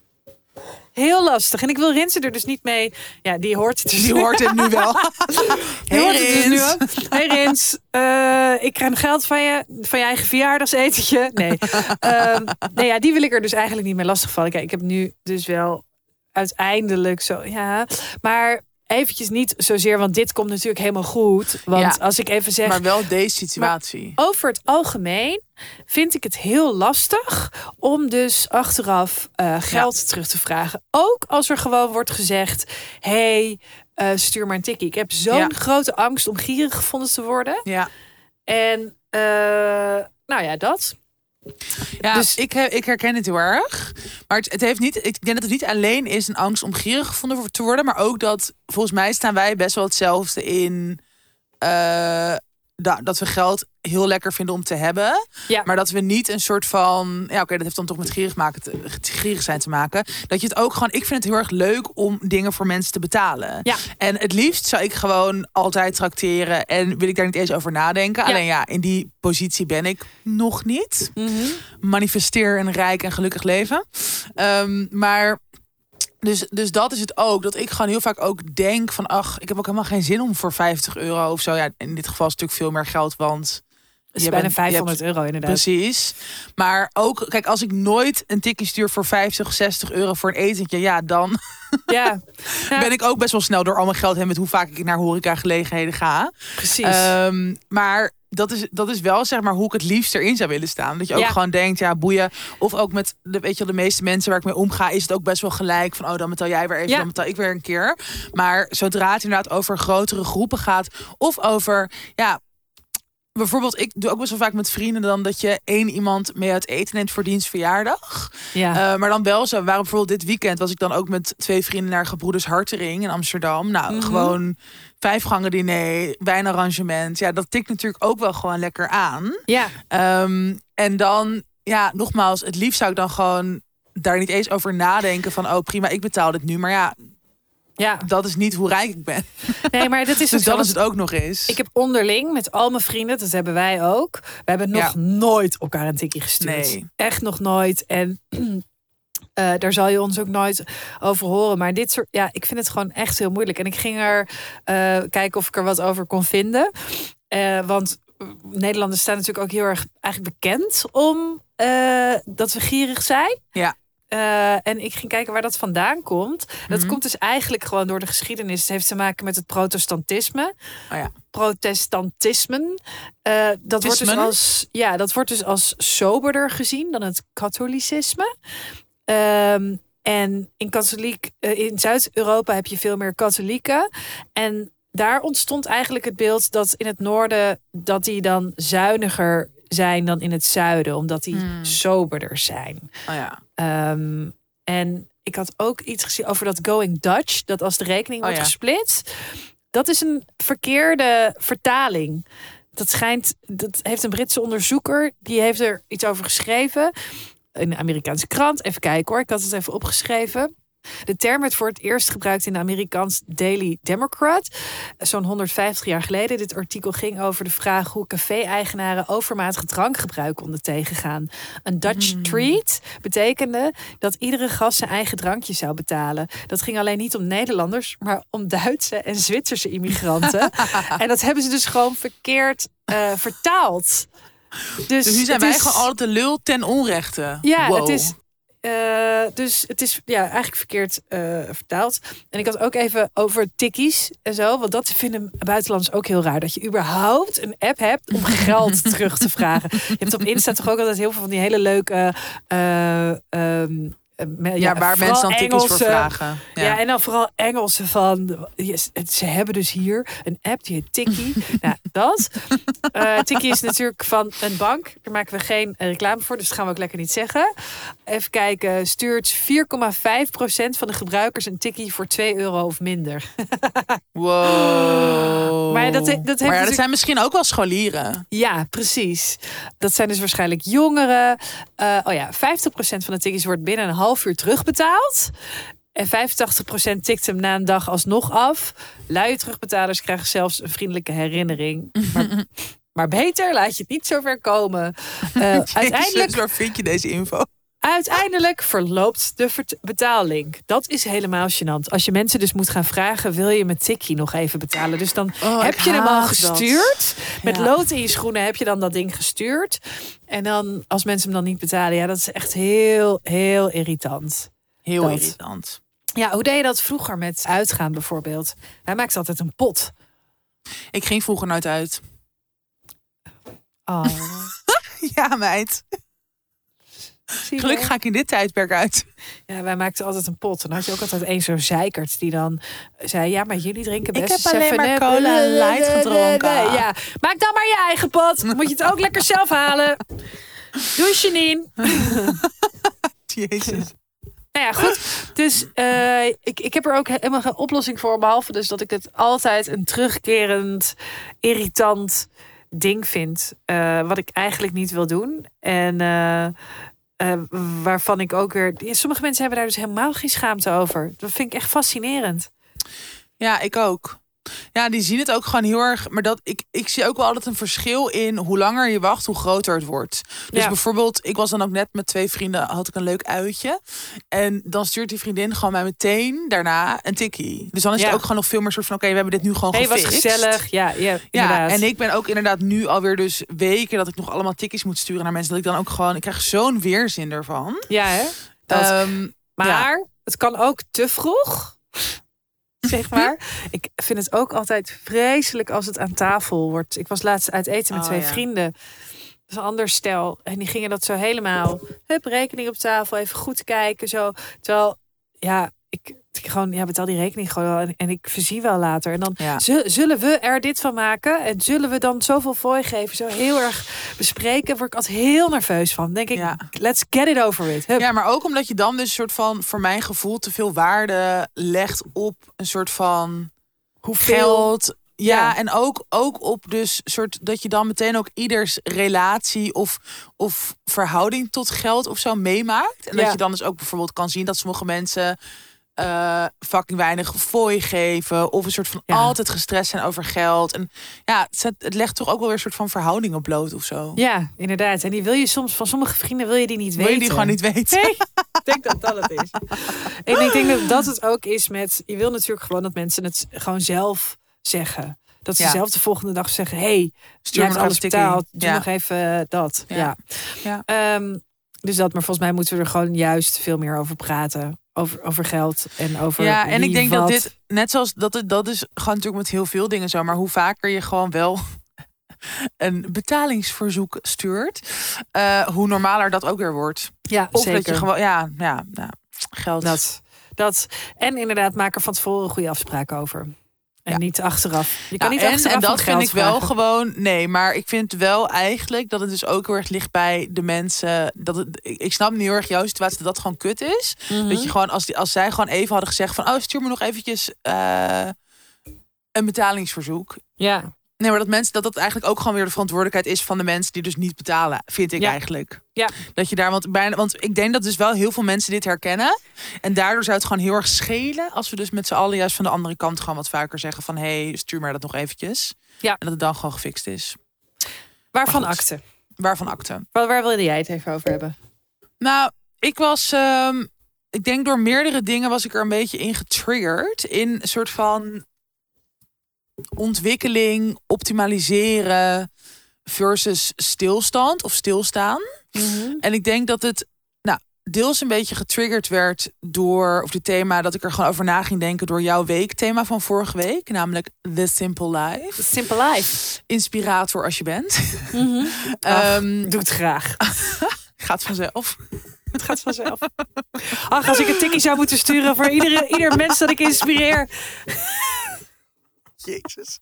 Heel lastig. En ik wil Rinse er dus niet mee. Ja, die hoort het dus. Die hoort het nu wel. Die hoort het dus nu ook. Hey Rins, ik krijg geld van je eigen verjaardagsetentje. Nee. Die wil ik er dus eigenlijk niet mee lastigvallen. Kijk, ik heb nu dus wel uiteindelijk zo, maar eventjes niet zozeer, want dit komt natuurlijk helemaal goed. Want als ik even zeg, maar wel deze situatie. Over het algemeen vind ik het heel lastig om dus achteraf geld terug te vragen. Ook als er gewoon wordt gezegd, hey, stuur maar een tikkie. Ik heb zo'n grote angst om gierig gevonden te worden. Ja. En dat. Ja, dus ik herken het heel erg. Maar het heeft niet. Ik denk dat het niet alleen is een angst om gierig gevonden te worden, maar ook dat volgens mij staan wij best wel hetzelfde in. Dat we geld heel lekker vinden om te hebben. Ja. Maar dat we niet een soort van. Ja, oké, dat heeft dan toch met gierig zijn te maken. Dat je het ook gewoon. Ik vind het heel erg leuk om dingen voor mensen te betalen. Ja. En het liefst zou ik gewoon altijd trakteren. En wil ik daar niet eens over nadenken. Ja. Alleen in die positie ben ik nog niet. Mm-hmm. Manifesteer een rijk en gelukkig leven. Maar. Dus dat is het ook. Dat ik gewoon heel vaak ook denk van, ik heb ook helemaal geen zin om voor €50 of zo. Ja, in dit geval is het natuurlijk veel meer geld, want het is bijna €500 inderdaad. Precies. Maar ook, kijk, als ik nooit een tikkie stuur voor €50, €60 voor een etentje, dan ben ik ook best wel snel door al mijn geld heen met hoe vaak ik naar horecagelegenheden ga. Precies. Maar dat is wel zeg maar hoe ik het liefst erin zou willen staan. Dat je ook gewoon denkt, ja, boeien. Of ook met de meeste mensen waar ik mee omga, is het ook best wel gelijk van, dan betaal jij weer even, dan betaal ik weer een keer. Maar zodra het inderdaad over grotere groepen gaat, of over, bijvoorbeeld, ik doe ook best wel vaak met vrienden dan dat je 1 iemand mee uit eten neemt voor diens verjaardag. Ja. Maar dan wel zo. We waren bijvoorbeeld dit weekend was ik dan ook met 2 vrienden naar Gebroeders Hartering in Amsterdam. Nou, gewoon 5 gangen diner, wijnarrangement. Ja, dat tikt natuurlijk ook wel gewoon lekker aan. Ja. En dan, nogmaals, het liefst zou ik dan gewoon daar niet eens over nadenken van, prima, ik betaal dit nu. Maar dat is niet hoe rijk ik ben. Nee, maar dat is dus dan is het ook nog eens. Ik heb onderling met al mijn vrienden, dat hebben wij ook. We hebben nog nooit elkaar een tikkie gestuurd. Nee. Echt nog nooit. En daar zal je ons ook nooit over horen. Maar dit soort, ik vind het gewoon echt heel moeilijk. En ik ging er kijken of ik er wat over kon vinden. Want Nederlanders staan natuurlijk ook heel erg eigenlijk bekend om dat we gierig zijn. Ja. En ik ging kijken waar dat vandaan komt. Dat komt dus eigenlijk gewoon door de geschiedenis. Het heeft te maken met het protestantisme. Protestantisme. Dat wordt dus als soberder gezien dan het katholicisme. En in Zuid-Europa heb je veel meer katholieken. En daar ontstond eigenlijk het beeld dat in het noorden dat die dan zuiniger zijn dan in het zuiden, omdat die soberder zijn. En ik had ook iets gezien over dat Going Dutch, dat als de rekening wordt gesplitst. Dat is een verkeerde vertaling. Dat heeft een Britse onderzoeker, die heeft er iets over geschreven. In een Amerikaanse krant. Even kijken hoor, ik had het even opgeschreven. De term werd voor het eerst gebruikt in de Amerikaans Daily Democrat. Zo'n 150 jaar geleden. Dit artikel ging over de vraag hoe café-eigenaren overmatige drankgebruik konden tegengaan. Een Dutch treat betekende dat iedere gast zijn eigen drankje zou betalen. Dat ging alleen niet om Nederlanders, maar om Duitse en Zwitserse immigranten. En dat hebben ze dus gewoon verkeerd vertaald. Dus nu zijn wij gewoon altijd de lul ten onrechte. Ja, wow. Het is eigenlijk verkeerd vertaald. En ik had ook even over tikkies en zo. Want dat vinden buitenlanders ook heel raar. Dat je überhaupt een app hebt om geld terug te vragen. Je hebt op Insta toch ook altijd heel veel van die hele leuke waar mensen dan tickets voor vragen. Ja, en dan vooral Engelsen van... ze hebben dus hier een app, die heet Tikkie. Nou, dat. Tikkie is natuurlijk van een bank. Daar maken we geen reclame voor, dus dat gaan we ook lekker niet zeggen. Even kijken, stuurt 4,5% van de gebruikers een Tikkie voor €2 of minder. Wow. Maar dat zijn misschien ook wel scholieren. Ja, precies. Dat zijn dus waarschijnlijk jongeren. 50% van de tikkies wordt binnen een half uur terugbetaald. En 85% tikt hem na een dag alsnog af. Luie terugbetalers krijgen zelfs een vriendelijke herinnering. Maar beter, laat je het niet zover komen. Uiteindelijk, waar vind je deze info? Uiteindelijk verloopt de betaallink. Dat is helemaal gênant. Als je mensen dus moet gaan vragen, wil je mijn tikkie nog even betalen? Dus dan heb je hem al gestuurd. Met lood in je schoenen heb je dan dat ding gestuurd. En dan, als mensen hem dan niet betalen, dat is echt heel, heel irritant. Heel irritant. Ja, hoe deed je dat vroeger met uitgaan bijvoorbeeld? Hij maakte altijd een pot. Ik ging vroeger nooit uit. Oh. Ja, meid. Gelukkig ga ik in dit tijdperk uit. Ja, wij maakten altijd een pot. En dan had je ook altijd één zo'n zeikert die dan zei... ja, maar jullie drinken best. Ik heb alleen maar cola light gedronken. Ja. Maak dan maar je eigen pot. Moet je het ook lekker zelf halen. Doei, Janine. Jezus. Nou ja, goed. Dus ik heb er ook helemaal geen oplossing voor. Behalve dus dat ik het altijd een terugkerend, irritant ding vind. Wat ik eigenlijk niet wil doen. En waarvan ik ook weer... Sommige mensen hebben daar dus helemaal geen schaamte over. Dat vind ik echt fascinerend. Ja, ik ook. Ja, die zien het ook gewoon heel erg. Maar ik zie ook wel altijd een verschil in hoe langer je wacht, hoe groter het wordt. Dus bijvoorbeeld, ik was dan ook net met 2 vrienden, had ik een leuk uitje. En dan stuurt die vriendin gewoon mij meteen daarna een tikkie. Dus dan is het ook gewoon nog veel meer soort van, oké, we hebben dit nu gewoon gefixt. Was gezellig. Ja, inderdaad. En ik ben ook inderdaad nu alweer dus weken dat ik nog allemaal tikkies moet sturen naar mensen. Dat ik dan ook gewoon, ik krijg zo'n weerzin ervan. Ja, hè? Maar het kan ook te vroeg. zeg maar. Ik vind het ook altijd vreselijk als het aan tafel wordt. Ik was laatst uit eten met 2 vrienden. Dat is een ander stel. En die gingen dat zo helemaal... Hup, rekening op tafel, even goed kijken. Zo. Terwijl, ik betaal die rekening gewoon wel en ik verzie wel later. En dan zullen we er dit van maken? En zullen we dan zoveel fooi geven? Zo heel erg bespreken? Word ik altijd heel nerveus van. Denk ik, let's get it over with. Hup. Ja, maar ook omdat je dan dus een soort van, voor mijn gevoel, te veel waarde legt op een soort van hoeveel geld. Ja, en ook op dus soort dat je dan meteen ook ieders relatie of verhouding tot geld of zo meemaakt. En dat je dan dus ook bijvoorbeeld kan zien dat sommige mensen fucking weinig fooi geven of een soort van altijd gestrest zijn over geld. En ja, het legt toch ook wel weer een soort van verhoudingen bloot of zo. Ja, inderdaad. En die wil je soms van sommige vrienden wil je die niet weten. Wil je die gewoon niet weten? Nee, ik denk dat dat het is. En ik denk dat het ook is met, je wil natuurlijk gewoon dat mensen het gewoon zelf zeggen. Dat ze zelf de volgende dag zeggen, hey, jij hebt alles betaald, doe nog even dat. Ja. Dus dat, maar volgens mij moeten we er gewoon juist veel meer over praten. Over geld en over en ik denk dat dit, net zoals dat is gewoon natuurlijk met heel veel dingen zo, maar hoe vaker je gewoon wel een betalingsverzoek stuurt, hoe normaler dat ook weer wordt. Ja, of zeker. Dat je gewoon, geld. Dat. En inderdaad, maak er van tevoren goede afspraken over. En niet achteraf. Je kan niet achteraf en dat vind ik wel vragen. gewoon. Nee, maar ik vind wel eigenlijk dat het dus ook heel erg ligt bij de mensen. Ik snap niet heel erg jouw situatie dat gewoon kut is. Mm-hmm. Dat je gewoon als zij gewoon even hadden gezegd van, stuur me nog eventjes een betalingsverzoek. Ja. Nee, maar dat mensen dat eigenlijk ook gewoon weer de verantwoordelijkheid is van de mensen die dus niet betalen, vind ik eigenlijk. Ja. Dat je daar, want ik denk dat dus wel heel veel mensen dit herkennen. En daardoor zou het gewoon heel erg schelen als we dus met z'n allen juist van de andere kant gewoon wat vaker zeggen van, hey, stuur maar dat nog eventjes. Ja. En dat het dan gewoon gefixt is. Waarvan akte? Waarvan akte? Waar wilde jij het even over hebben? Nou, ik was, ik denk door meerdere dingen was ik er een beetje in getriggerd. In een soort van ontwikkeling, optimaliseren versus stilstand of stilstaan. Mm-hmm. En ik denk dat het deels een beetje getriggerd werd door het thema dat ik er gewoon over na ging denken door jouw weekthema van vorige week, namelijk The Simple Life. The Simple Life. Inspirator als je bent. Mm-hmm. Doe het graag. Gaat vanzelf. Het gaat vanzelf. Ach, als ik een tikkie zou moeten sturen voor ieder mens dat ik inspireer. Jezus.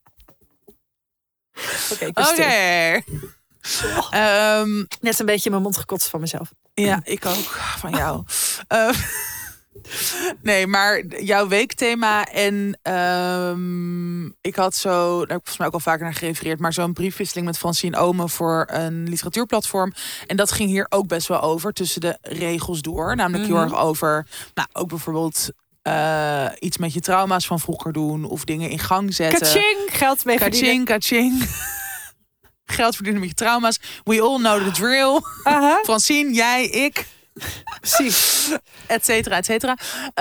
Oké. Net een beetje in mijn mond gekotst van mezelf. Ja, ik ook. Van jou. Nee, maar jouw weekthema en ik had zo, daar heb ik volgens mij ook al vaker naar gerefereerd, maar zo'n briefwisseling met Francine Omen voor een literatuurplatform. En dat ging hier ook best wel over, tussen de regels door. Namelijk heel erg over, ook bijvoorbeeld iets met je trauma's van vroeger doen of dingen in gang zetten. Kaching, geld mee verdienen. Kaching. Geld verdienen met je trauma's. We all know the drill. Francine, jij, ik. Precies. Et cetera, et cetera.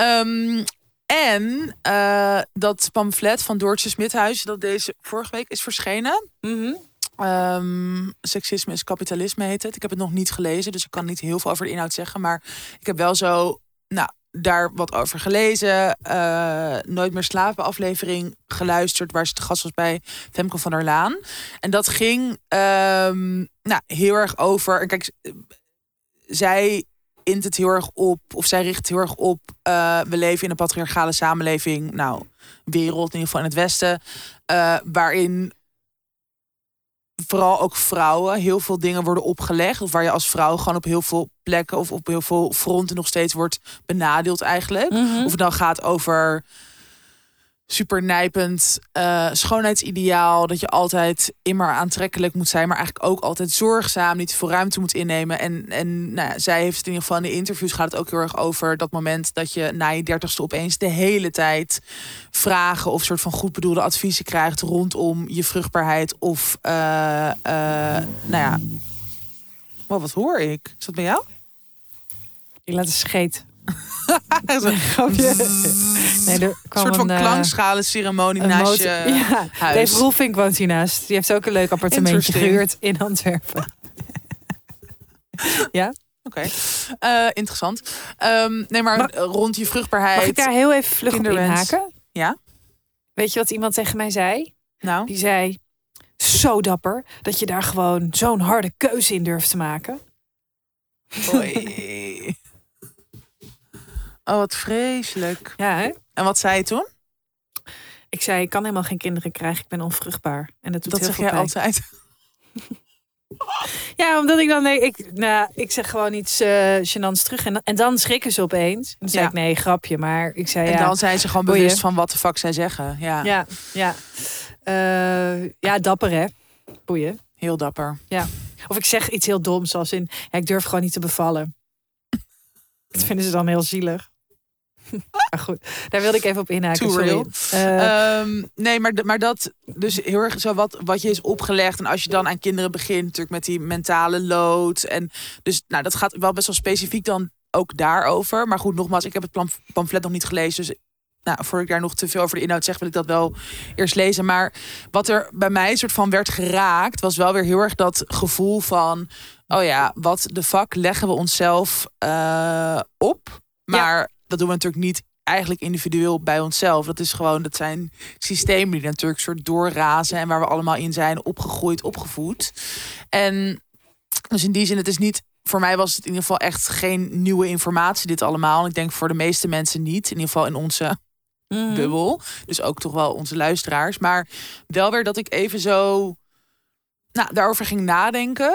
En dat pamflet van Doortje Smithuis, dat deze vorige week is verschenen. Mm-hmm. Seksisme is kapitalisme heet het. Ik heb het nog niet gelezen, dus ik kan niet heel veel over de inhoud zeggen. Maar ik heb wel zo, daar wat over gelezen. Nooit meer slapen aflevering geluisterd, waar ze te gast was bij Femke van der Laan. En dat ging heel erg over. En kijk, zij int het heel erg op, of zij richt het heel erg op. We leven in een patriarchale samenleving, wereld in ieder geval in het Westen, waarin vooral ook vrouwen heel veel dingen worden opgelegd, of waar je als vrouw gewoon op heel veel plekken of op heel veel fronten nog steeds wordt benadeeld eigenlijk. Mm-hmm. Of het dan gaat over super nijpend schoonheidsideaal, dat je altijd immer aantrekkelijk moet zijn, maar eigenlijk ook altijd zorgzaam, niet te veel ruimte moet innemen. En zij heeft het in ieder geval in de interviews gaat het ook heel erg over dat moment dat je na je 30ste opeens de hele tijd vragen of soort van goed bedoelde adviezen krijgt rondom je vruchtbaarheid of wat hoor ik? Is dat bij jou? Ik laat een scheet. Nee, er kwam een soort van klankschalen ceremonie naast je huis. Dave Roelvink woont hiernaast. Die heeft ook een leuk appartementje gehuurd in Antwerpen. Ja? Oké. Interessant. Maar rond je vruchtbaarheid. Mag ik daar heel even vlug op inhaken? Ja? Weet je wat iemand tegen mij zei? Nou? Die zei, zo dapper dat je daar gewoon zo'n harde keuze in durft te maken. Oei. Oh, wat vreselijk. Ja, hè? En wat zei je toen? Ik zei, ik kan helemaal geen kinderen krijgen. Ik ben onvruchtbaar. En dat doet heel zeg veel jij pijn. altijd. Ja, omdat ik dan... ik zeg gewoon iets gênants terug. En dan schrikken ze opeens. En dan zei ik, nee, grapje. Maar ik zei, En dan zijn ze gewoon bewust van wat de fuck zij zeggen. Ja, ja, dapper, hè? Boeien. heel dapper. Ja. Of ik zeg iets heel doms, als in, ik durf gewoon niet te bevallen. Dat vinden ze dan heel zielig. Maar goed, daar wilde ik even op inhaken. Too real. Nee, maar dat dus heel erg zo wat je is opgelegd. En als je dan aan kinderen begint, natuurlijk met die mentale lood. En dus dat gaat wel best wel specifiek dan ook daarover. Maar goed, nogmaals, ik heb het pamflet nog niet gelezen. Dus voordat ik daar nog te veel over de inhoud zeg, wil ik dat wel eerst lezen. Maar wat er bij mij een soort van werd geraakt, was wel weer heel erg dat gevoel van, oh ja, wat de fuck leggen we onszelf op? Maar dat doen we natuurlijk niet eigenlijk individueel bij onszelf. Dat zijn systemen die natuurlijk soort doorrazen en waar we allemaal in zijn opgegroeid, opgevoed. En dus in die zin, het is niet, voor mij was het in ieder geval echt geen nieuwe informatie dit allemaal. En ik denk voor de meeste mensen niet, in ieder geval in onze bubbel. Dus ook toch wel onze luisteraars. Maar wel weer dat ik even zo daarover ging nadenken.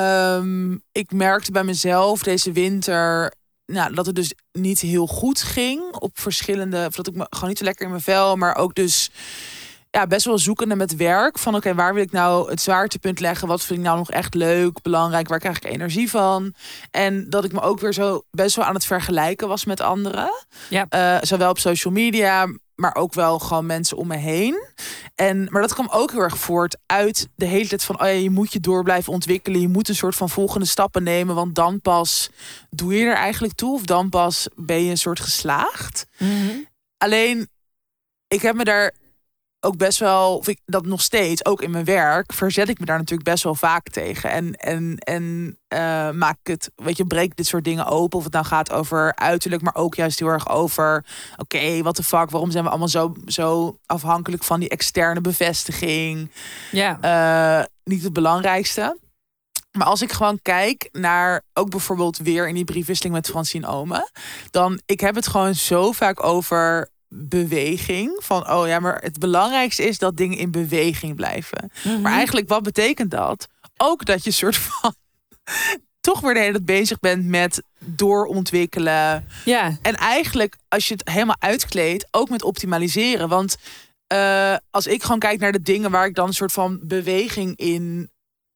Ik merkte bij mezelf deze winter dat het dus niet heel goed ging op verschillende, of dat ik me gewoon niet zo lekker in mijn vel, maar ook dus best wel zoekende met werk. Van oké, waar wil ik nou het zwaartepunt leggen? Wat vind ik nou nog echt leuk, belangrijk? Waar krijg ik energie van? En dat ik me ook weer zo best wel aan het vergelijken was met anderen. Ja. Zowel op social media, maar ook wel gewoon mensen om me heen. Maar dat kwam ook heel erg voort uit de hele tijd van, je moet je door blijven ontwikkelen. Je moet een soort van volgende stappen nemen. Want dan pas doe je er eigenlijk toe. Of dan pas ben je een soort geslaagd. Mm-hmm. Alleen, ik heb me daar ook best wel, of ik dat nog steeds, ook in mijn werk, verzet ik me daar natuurlijk best wel vaak tegen. En maak ik het, breek dit soort dingen open. Of het nou gaat over uiterlijk, maar ook juist heel erg over, oké, what the fuck, waarom zijn we allemaal zo afhankelijk van die externe bevestiging? Ja. Niet het belangrijkste. Maar als ik gewoon kijk naar, ook bijvoorbeeld weer in die briefwisseling met Francine Omen, dan, ik heb het gewoon zo vaak over beweging. Van, maar het belangrijkste is dat dingen in beweging blijven. Mm-hmm. Maar eigenlijk, wat betekent dat? Ook dat je soort van toch weer de hele tijd bezig bent met doorontwikkelen. Ja. En eigenlijk, als je het helemaal uitkleedt, ook met optimaliseren. Want als ik gewoon kijk naar de dingen waar ik dan een soort van beweging in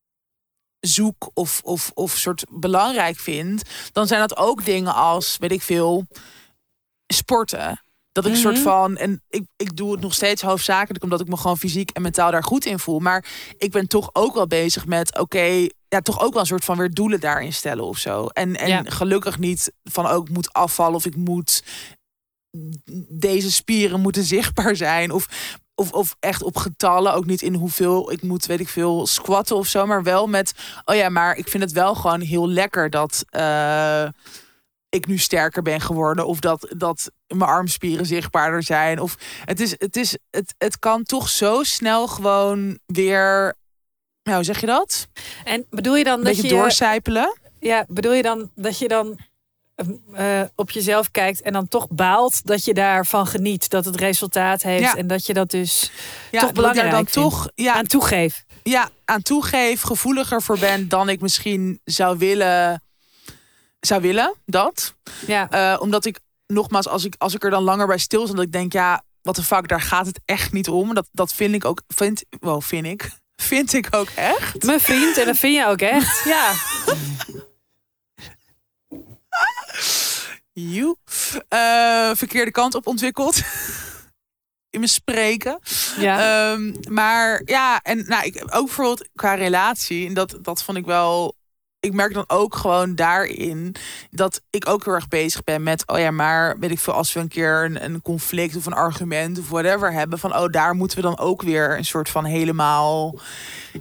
zoek of soort belangrijk vind, dan zijn dat ook dingen als, weet ik veel, sporten. Dat ik een soort van, en ik doe het nog steeds hoofdzakelijk omdat ik me gewoon fysiek en mentaal daar goed in voel. Maar ik ben toch ook wel bezig met, toch ook wel een soort van weer doelen daarin stellen of zo. En gelukkig niet van, ik moet afvallen of ik moet, deze spieren moeten zichtbaar zijn. Of echt op getallen, ook niet in hoeveel ik moet, weet ik veel, squatten of zo. Maar wel met, maar ik vind het wel gewoon heel lekker dat ik nu sterker ben geworden. Of dat mijn armspieren zichtbaarder zijn. Of het kan toch zo snel gewoon weer, hoe zeg je dat? En bedoel je dan dat je doorcijpelen? Ja, bedoel je dan dat je dan op jezelf kijkt en dan toch baalt dat je daarvan geniet, dat het resultaat heeft en dat je dat dus toch belangrijk dan vindt, toch aan toegeef. Ja, aan toegeef, gevoeliger voor ben dan ik misschien zou willen dat. Ja. Omdat ik, nogmaals, als ik er dan langer bij stil zit, dat ik denk, wat de fuck, daar gaat het echt niet om. Dat vind ik ook, vind ik ook echt. Mijn vriend, en dat vind je ook echt. Ja. Verkeerde kant op ontwikkeld. In mijn spreken. Ja. Maar ik ook bijvoorbeeld qua relatie. En dat vond ik wel. Ik merk dan ook gewoon daarin dat ik ook heel erg bezig ben met, maar weet ik veel, als we een keer een conflict of een argument of whatever hebben, van daar moeten we dan ook weer een soort van helemaal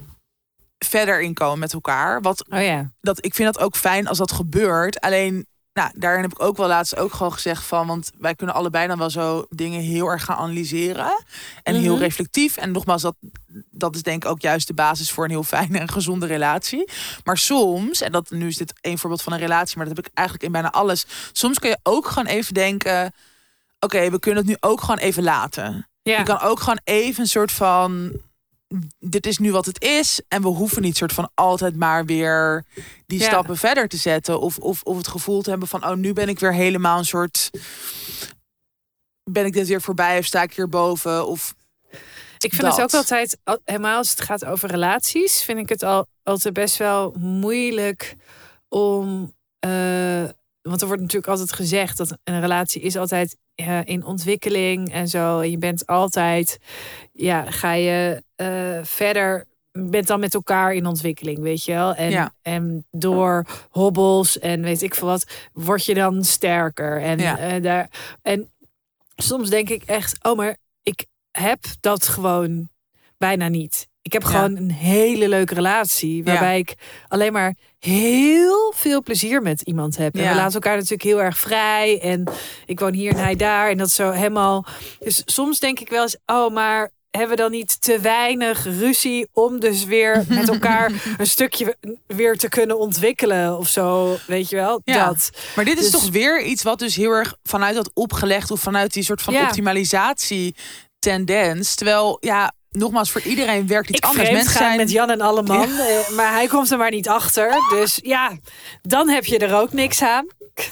verder in komen met elkaar. Dat ik vind dat ook fijn als dat gebeurt. Alleen Nou, daarin heb ik ook wel laatst ook gewoon gezegd van... want wij kunnen allebei dan wel zo dingen heel erg gaan analyseren. En heel reflectief. En nogmaals, dat is denk ik ook juist de basis voor een heel fijne en gezonde relatie. Maar soms, en nu is dit één voorbeeld van een relatie... maar dat heb ik eigenlijk in bijna alles. Soms kun je ook gewoon even denken... oké, we kunnen het nu ook gewoon even laten. Ja. Je kan ook gewoon even een soort van... dit is nu wat het is. En we hoeven niet soort van altijd maar weer die stappen verder te zetten. Of het gevoel te hebben van... nu ben ik weer helemaal een soort... ben ik dit weer voorbij of sta ik hierboven? Of ik vind het ook altijd... helemaal als het gaat over relaties... vind ik het altijd best wel moeilijk om... want er wordt natuurlijk altijd gezegd... dat een relatie is altijd in ontwikkeling en zo. En je bent altijd... ga je verder... bent dan met elkaar in ontwikkeling, weet je wel. En door hobbels en weet ik veel wat... word je dan sterker. En soms denk ik echt... maar ik heb dat gewoon bijna niet. Ik heb gewoon een hele leuke relatie... waarbij ik alleen maar heel veel plezier met iemand heb. En we laten elkaar natuurlijk heel erg vrij. En ik woon hier en hij daar. En dat is zo helemaal... Dus soms denk ik wel eens... maar hebben we dan niet te weinig ruzie... om dus weer met elkaar een stukje weer te kunnen ontwikkelen of zo, weet je wel? Ja. Dat. Maar dit is toch weer iets wat dus heel erg vanuit dat opgelegd... of vanuit die soort van optimalisatie tendens. Terwijl, nogmaals, voor iedereen werkt iets anders. Mensen zijn met Jan en Alleman, maar hij komt er maar niet achter. Dus dan heb je er ook niks aan.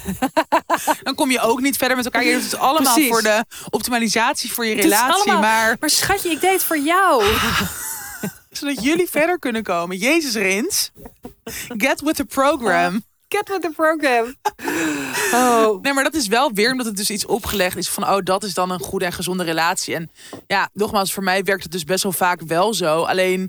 Dan kom je ook niet verder met elkaar. Je doet het allemaal voor de optimalisatie voor je relatie. Maar schatje, ik deed het voor jou. Zodat jullie verder kunnen komen. Jezus, Rins. Get with the program. Get with the program. Oh. Nee, maar dat is wel weer omdat het dus iets opgelegd is van... dat is dan een goede en gezonde relatie. En nogmaals, voor mij werkt het dus best wel vaak wel zo. Alleen...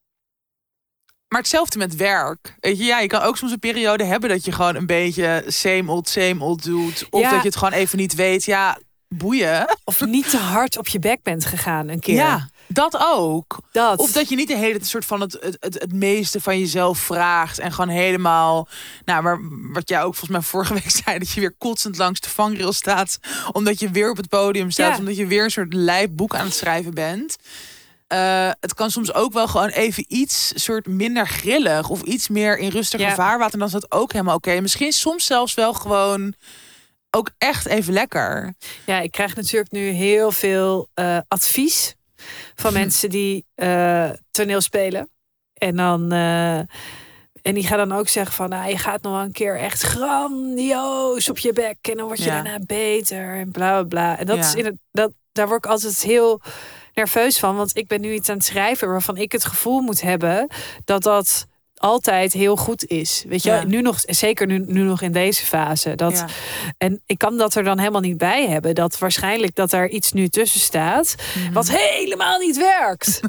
Maar hetzelfde met werk. Weet je, je kan ook soms een periode hebben... dat je gewoon een beetje same old doet. Of dat je het gewoon even niet weet. Ja, boeien. Of niet te hard op je bek bent gegaan een keer. Ja, dat ook. Of dat je niet de hele soort van het meeste van jezelf vraagt. En gewoon helemaal... Nou, maar wat jij ook volgens mij vorige week zei... dat je weer kotsend langs de vangrail staat. Omdat je weer op het podium staat. Ja. Omdat je weer een soort lijpboek aan het schrijven bent. Het kan soms ook wel gewoon even iets soort minder grillig. Of iets meer in rustiger vaarwater. Dan is dat ook helemaal oké. Misschien soms zelfs wel gewoon... ook echt even lekker. Ja, ik krijg natuurlijk nu heel veel advies van mensen die toneel spelen. En dan en die gaan dan ook zeggen van... je gaat nog wel een keer echt grandioos op je bek. En dan word je daarna beter. En bla bla bla. En dat is daar word ik altijd heel nerveus van. Want ik ben nu iets aan het schrijven... waarvan ik het gevoel moet hebben... dat altijd heel goed is. Weet je, nu nog, zeker nu nog in deze fase. En ik kan dat er dan helemaal niet bij hebben. Dat waarschijnlijk dat er iets nu tussen staat... wat helemaal niet werkt.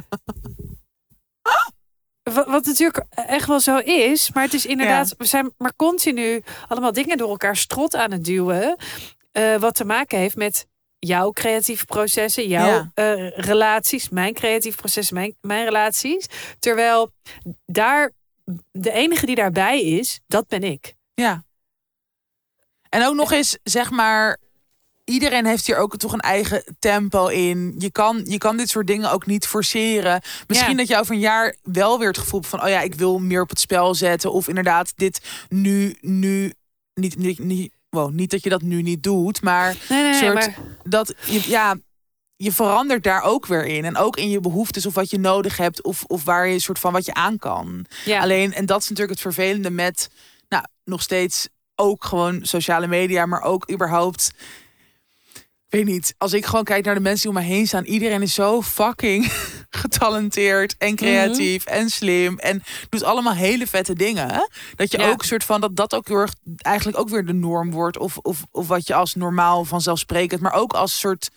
Wat natuurlijk echt wel zo is. Maar het is inderdaad... we zijn maar continu allemaal dingen door elkaar strot aan het duwen... wat te maken heeft met... jouw creatieve processen, jouw relaties, mijn creatieve processen, mijn relaties. Terwijl daar de enige die daarbij is, dat ben ik. Ja. En ook nog eens, zeg maar, iedereen heeft hier ook toch een eigen tempo in. Je kan dit soort dingen ook niet forceren. Misschien dat je over een jaar wel weer het gevoel hebt van... ik wil meer op het spel zetten. Of inderdaad dit nu niet wow, niet dat je dat nu niet doet, maar dat je verandert daar ook weer in. En ook in je behoeftes of wat je nodig hebt of waar je soort van wat je aan kan. Ja. Alleen, en dat is natuurlijk het vervelende met nog steeds ook gewoon sociale media, maar ook überhaupt... Ik weet niet, als ik gewoon kijk naar de mensen die om me heen staan... iedereen is zo fucking getalenteerd en creatief en slim... en doet allemaal hele vette dingen. Dat je ook soort van, dat ook heel erg eigenlijk ook weer de norm wordt... of wat je als normaal vanzelfsprekend... maar ook als soort,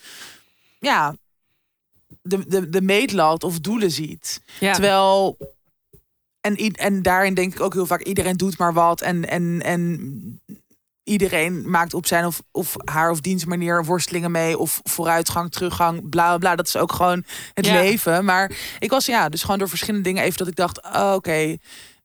de meetlat of doelen ziet. Ja. Terwijl... En daarin denk ik ook heel vaak... iedereen doet maar wat en iedereen maakt op zijn of haar of diens manier worstelingen mee... of vooruitgang, teruggang, bla bla bla. Dat is ook gewoon het leven. Maar ik was dus gewoon door verschillende dingen even dat ik dacht... oké,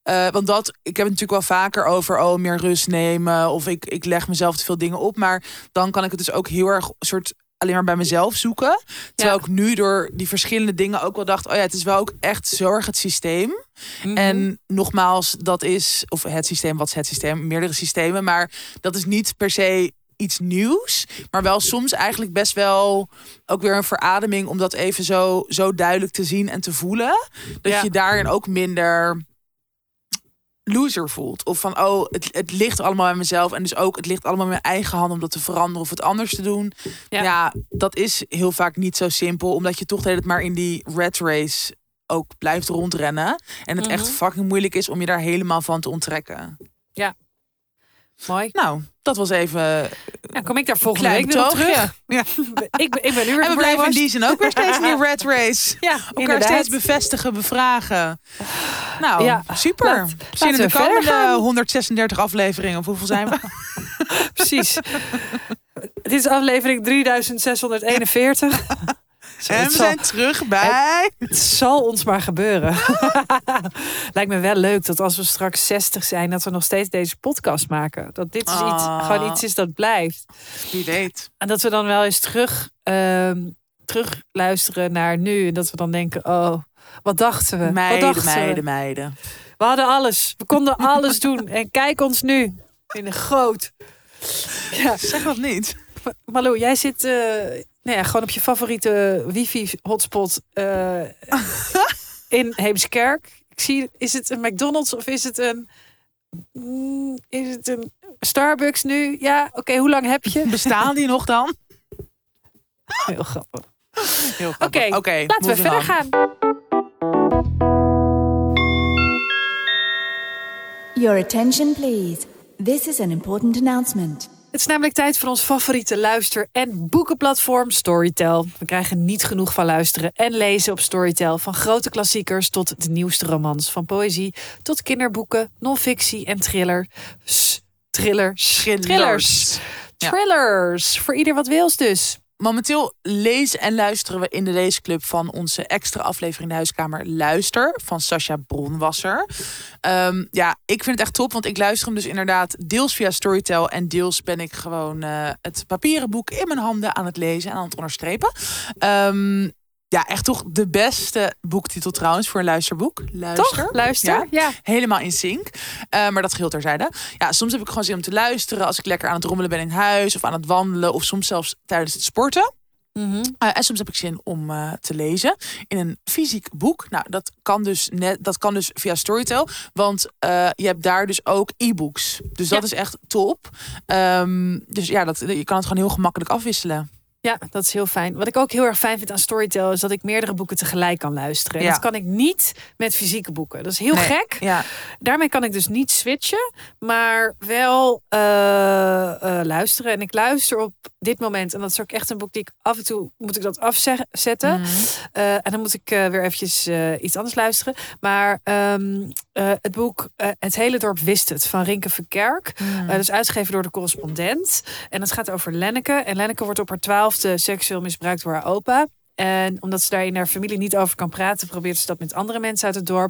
Want ik heb het natuurlijk wel vaker over meer rust nemen. Of ik leg mezelf te veel dingen op. Maar dan kan ik het dus ook heel erg alleen maar bij mezelf zoeken. Terwijl ik nu door die verschillende dingen ook wel dacht... het is wel ook echt zorg het systeem. Mm-hmm. En nogmaals, dat is... Of het systeem, wat is het systeem? Meerdere systemen. Maar dat is niet per se iets nieuws. Maar wel soms eigenlijk best wel ook weer een verademing... om dat even zo duidelijk te zien en te voelen. Dat je daarin ook minder... loser voelt. Of van, het ligt allemaal bij mezelf. En dus ook, het ligt allemaal in mijn eigen hand om dat te veranderen of het anders te doen. Ja, dat is heel vaak niet zo simpel. Omdat je toch de hele tijd maar in die rat race ook blijft rondrennen. En het echt fucking moeilijk is om je daar helemaal van te onttrekken. Ja. Mooi. Nou, dat was even... kom ik daar volgende week weer op terug? Ja. Ik ben nu weer... En we blijven in die zin ook weer steeds in die rat race. Ja, elkaar inderdaad. steeds bevestigen, bevragen. Nou, super. Zien in de we komende 136 afleveringen. Of hoeveel zijn we? Precies. Dit is aflevering 3641. En we zijn terug bij... Het zal ons maar gebeuren. Lijkt me wel leuk dat als we straks 60 zijn... dat we nog steeds deze podcast maken. Dat dit gewoon iets is dat blijft. Wie weet. En dat we dan wel eens terug luisteren naar nu. En dat we dan denken, wat dachten we? Meiden. We hadden alles. We konden alles doen. En kijk ons nu. In de groot. Ja. Zeg dat niet. Malou, jij zit... gewoon op je favoriete wifi-hotspot in Heemskerk. Ik zie, is het een McDonald's of is het een Starbucks nu? Ja, oké, hoe lang heb je? Bestaan die nog dan? Heel grappig. Oké, laten we verder gaan. Your attention please. This is an important announcement. Het is namelijk tijd voor ons favoriete luister- en boekenplatform Storytel. We krijgen niet genoeg van luisteren en lezen op Storytel. Van grote klassiekers tot de nieuwste romans. Van poëzie tot kinderboeken, non-fictie en thrillers. Voor ieder wat wils dus. Momenteel lezen en luisteren we in de leesclub van onze extra aflevering de Huiskamer Luister van Sascha Bronwasser. Ik vind het echt top, want ik luister hem dus inderdaad deels via Storytel en deels ben ik gewoon het papieren boek in mijn handen aan het lezen en aan het onderstrepen. Echt toch de beste boektitel trouwens voor een luisterboek. Toch? Luister? Ja. Helemaal in sync. Maar dat geheel terzijde. Ja, soms heb ik gewoon zin om te luisteren als ik lekker aan het rommelen ben in huis of aan het wandelen of soms zelfs tijdens het sporten. Mm-hmm. En soms heb ik zin om te lezen in een fysiek boek. Nou, dat kan dus via Storytel, want je hebt daar dus ook e-books. Dus dat is echt top. Dus ja, je kan het gewoon heel gemakkelijk afwisselen. Ja, dat is heel fijn. Wat ik ook heel erg fijn vind aan Storytel is dat ik meerdere boeken tegelijk kan luisteren. En dat kan ik niet met fysieke boeken. Dat is heel gek. Ja. Daarmee kan ik dus niet switchen, maar wel luisteren. En ik luister op dit moment, en dat is ook echt een boek die ik af en toe moet ik dat afzetten. Mm-hmm. En dan moet ik weer eventjes iets anders luisteren. Maar het boek Het hele dorp wist het van Rinke Verkerk. Dat is uitgegeven door De Correspondent. En dat gaat over Lenneke. En Lenneke wordt op haar 12e seksueel misbruikt door haar opa. En omdat ze daar in haar familie niet over kan praten, probeert ze dat met andere mensen uit het dorp.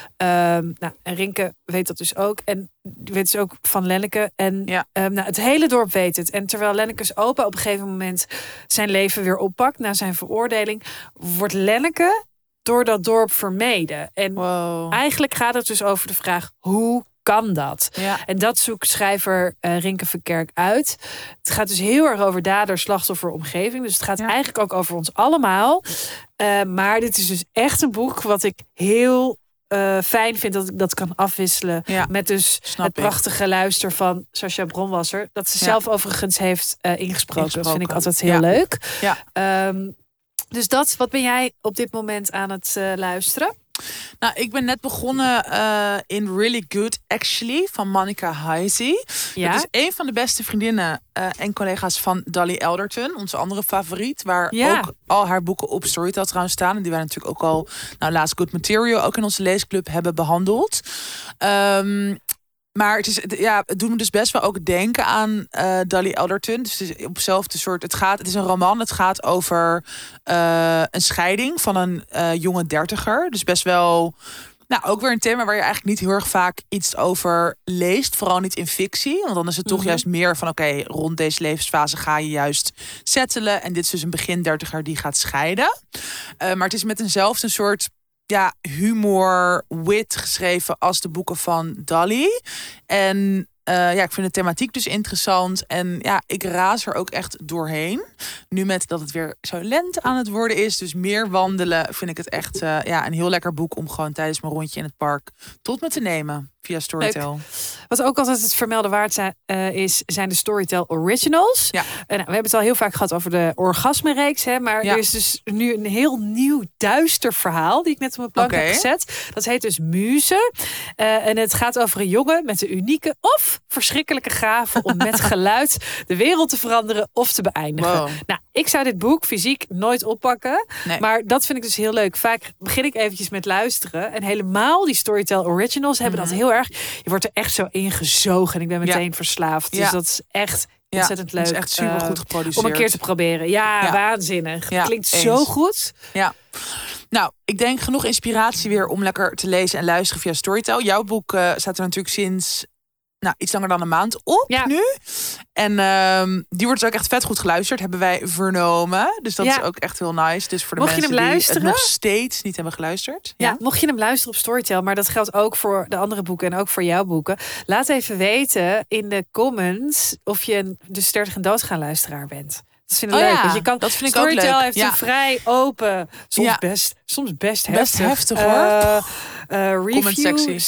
En Rinke weet dat dus ook. En die weet dus ook van Lenneke. En het hele dorp weet het. En terwijl Lenneke's opa op een gegeven moment zijn leven weer oppakt na zijn veroordeling, wordt Lenneke door dat dorp vermeden. En eigenlijk gaat het dus over de vraag, hoe kan dat? Ja. En dat zoekt schrijver Rinke Verkerk uit. Het gaat dus heel erg over dader, slachtoffer, omgeving. Dus het gaat eigenlijk ook over ons allemaal. Maar dit is dus echt een boek wat ik heel fijn vind dat ik dat kan afwisselen. Ja. Met dus het prachtige luister van Sascha Bronwasser. Dat ze zelf overigens heeft ingesproken. Dat vind ik altijd heel leuk. Ja. Dus wat ben jij op dit moment aan het luisteren? Nou, ik ben net begonnen in Really Good Actually van Monica Heisey. Ja? Dat is een van de beste vriendinnen en collega's van Dolly Alderton, onze andere favoriet. Waar ook al haar boeken op Storytel trouwens staan. En die wij natuurlijk ook al, Last Good Material, ook in onze leesclub hebben behandeld. Maar het doet me dus best wel ook denken aan Dolly Alderton. Dus het is op hetzelfde soort. Het is een roman. Het gaat over een scheiding van een jonge 30er. Dus best wel Nou, ook weer een thema waar je eigenlijk niet heel erg vaak iets over leest. Vooral niet in fictie. Want dan is het toch juist meer van... oké, rond deze levensfase ga je juist settelen. En dit is dus een begin 30er die gaat scheiden. Maar het is met eenzelfde soort humor, wit geschreven als de boeken van Dolly. En ik vind de thematiek dus interessant. En ja, ik raas er ook echt doorheen. Nu met dat het weer zo lente aan het worden is. Dus meer wandelen vind ik het echt een heel lekker boek... om gewoon tijdens mijn rondje in het park tot me te nemen. Via Storytel. Leuk. Wat ook altijd het vermelden waard zijn de Storytel Originals. Ja. We hebben het al heel vaak gehad over de orgasmereeks. Maar er is dus nu een heel nieuw duister verhaal... die ik net op mijn plank heb gezet. Dat heet dus Muze. En het gaat over een jongen met een unieke of verschrikkelijke gave... om met geluid de wereld te veranderen of te beëindigen. Wow. Nou, ik zou dit boek fysiek nooit oppakken. Nee. Maar dat vind ik dus heel leuk. Vaak begin ik eventjes met luisteren. En helemaal die Storytel Originals hebben dat heel erg. Je wordt er echt zo ingezogen. En ik ben meteen verslaafd. Dus dat is echt ontzettend leuk. Het is echt super goed geproduceerd. Om een keer te proberen. Ja. Waanzinnig. Ja, klinkt eens. zo goed. Ja. Nou, ik denk genoeg inspiratie weer om lekker te lezen en luisteren via Storytel. Jouw boek staat er natuurlijk sinds iets langer dan een maand op nu. En die wordt dus ook echt vet goed geluisterd, hebben wij vernomen. Dus dat is ook echt heel nice. Dus voor de mocht mensen je hem die luisteren? het nog steeds niet hebben geluisterd. Ja, mocht je hem luisteren op Storytel, maar dat geldt ook voor de andere boeken en ook voor jouw boeken. Laat even weten in de comments of je een de 30 en doodgaan luisteraar bent. Dat vind ik leuk. Want je kan, dat vind ik Storytel ook leuk. heeft een vrij open, soms best heftig hoor. review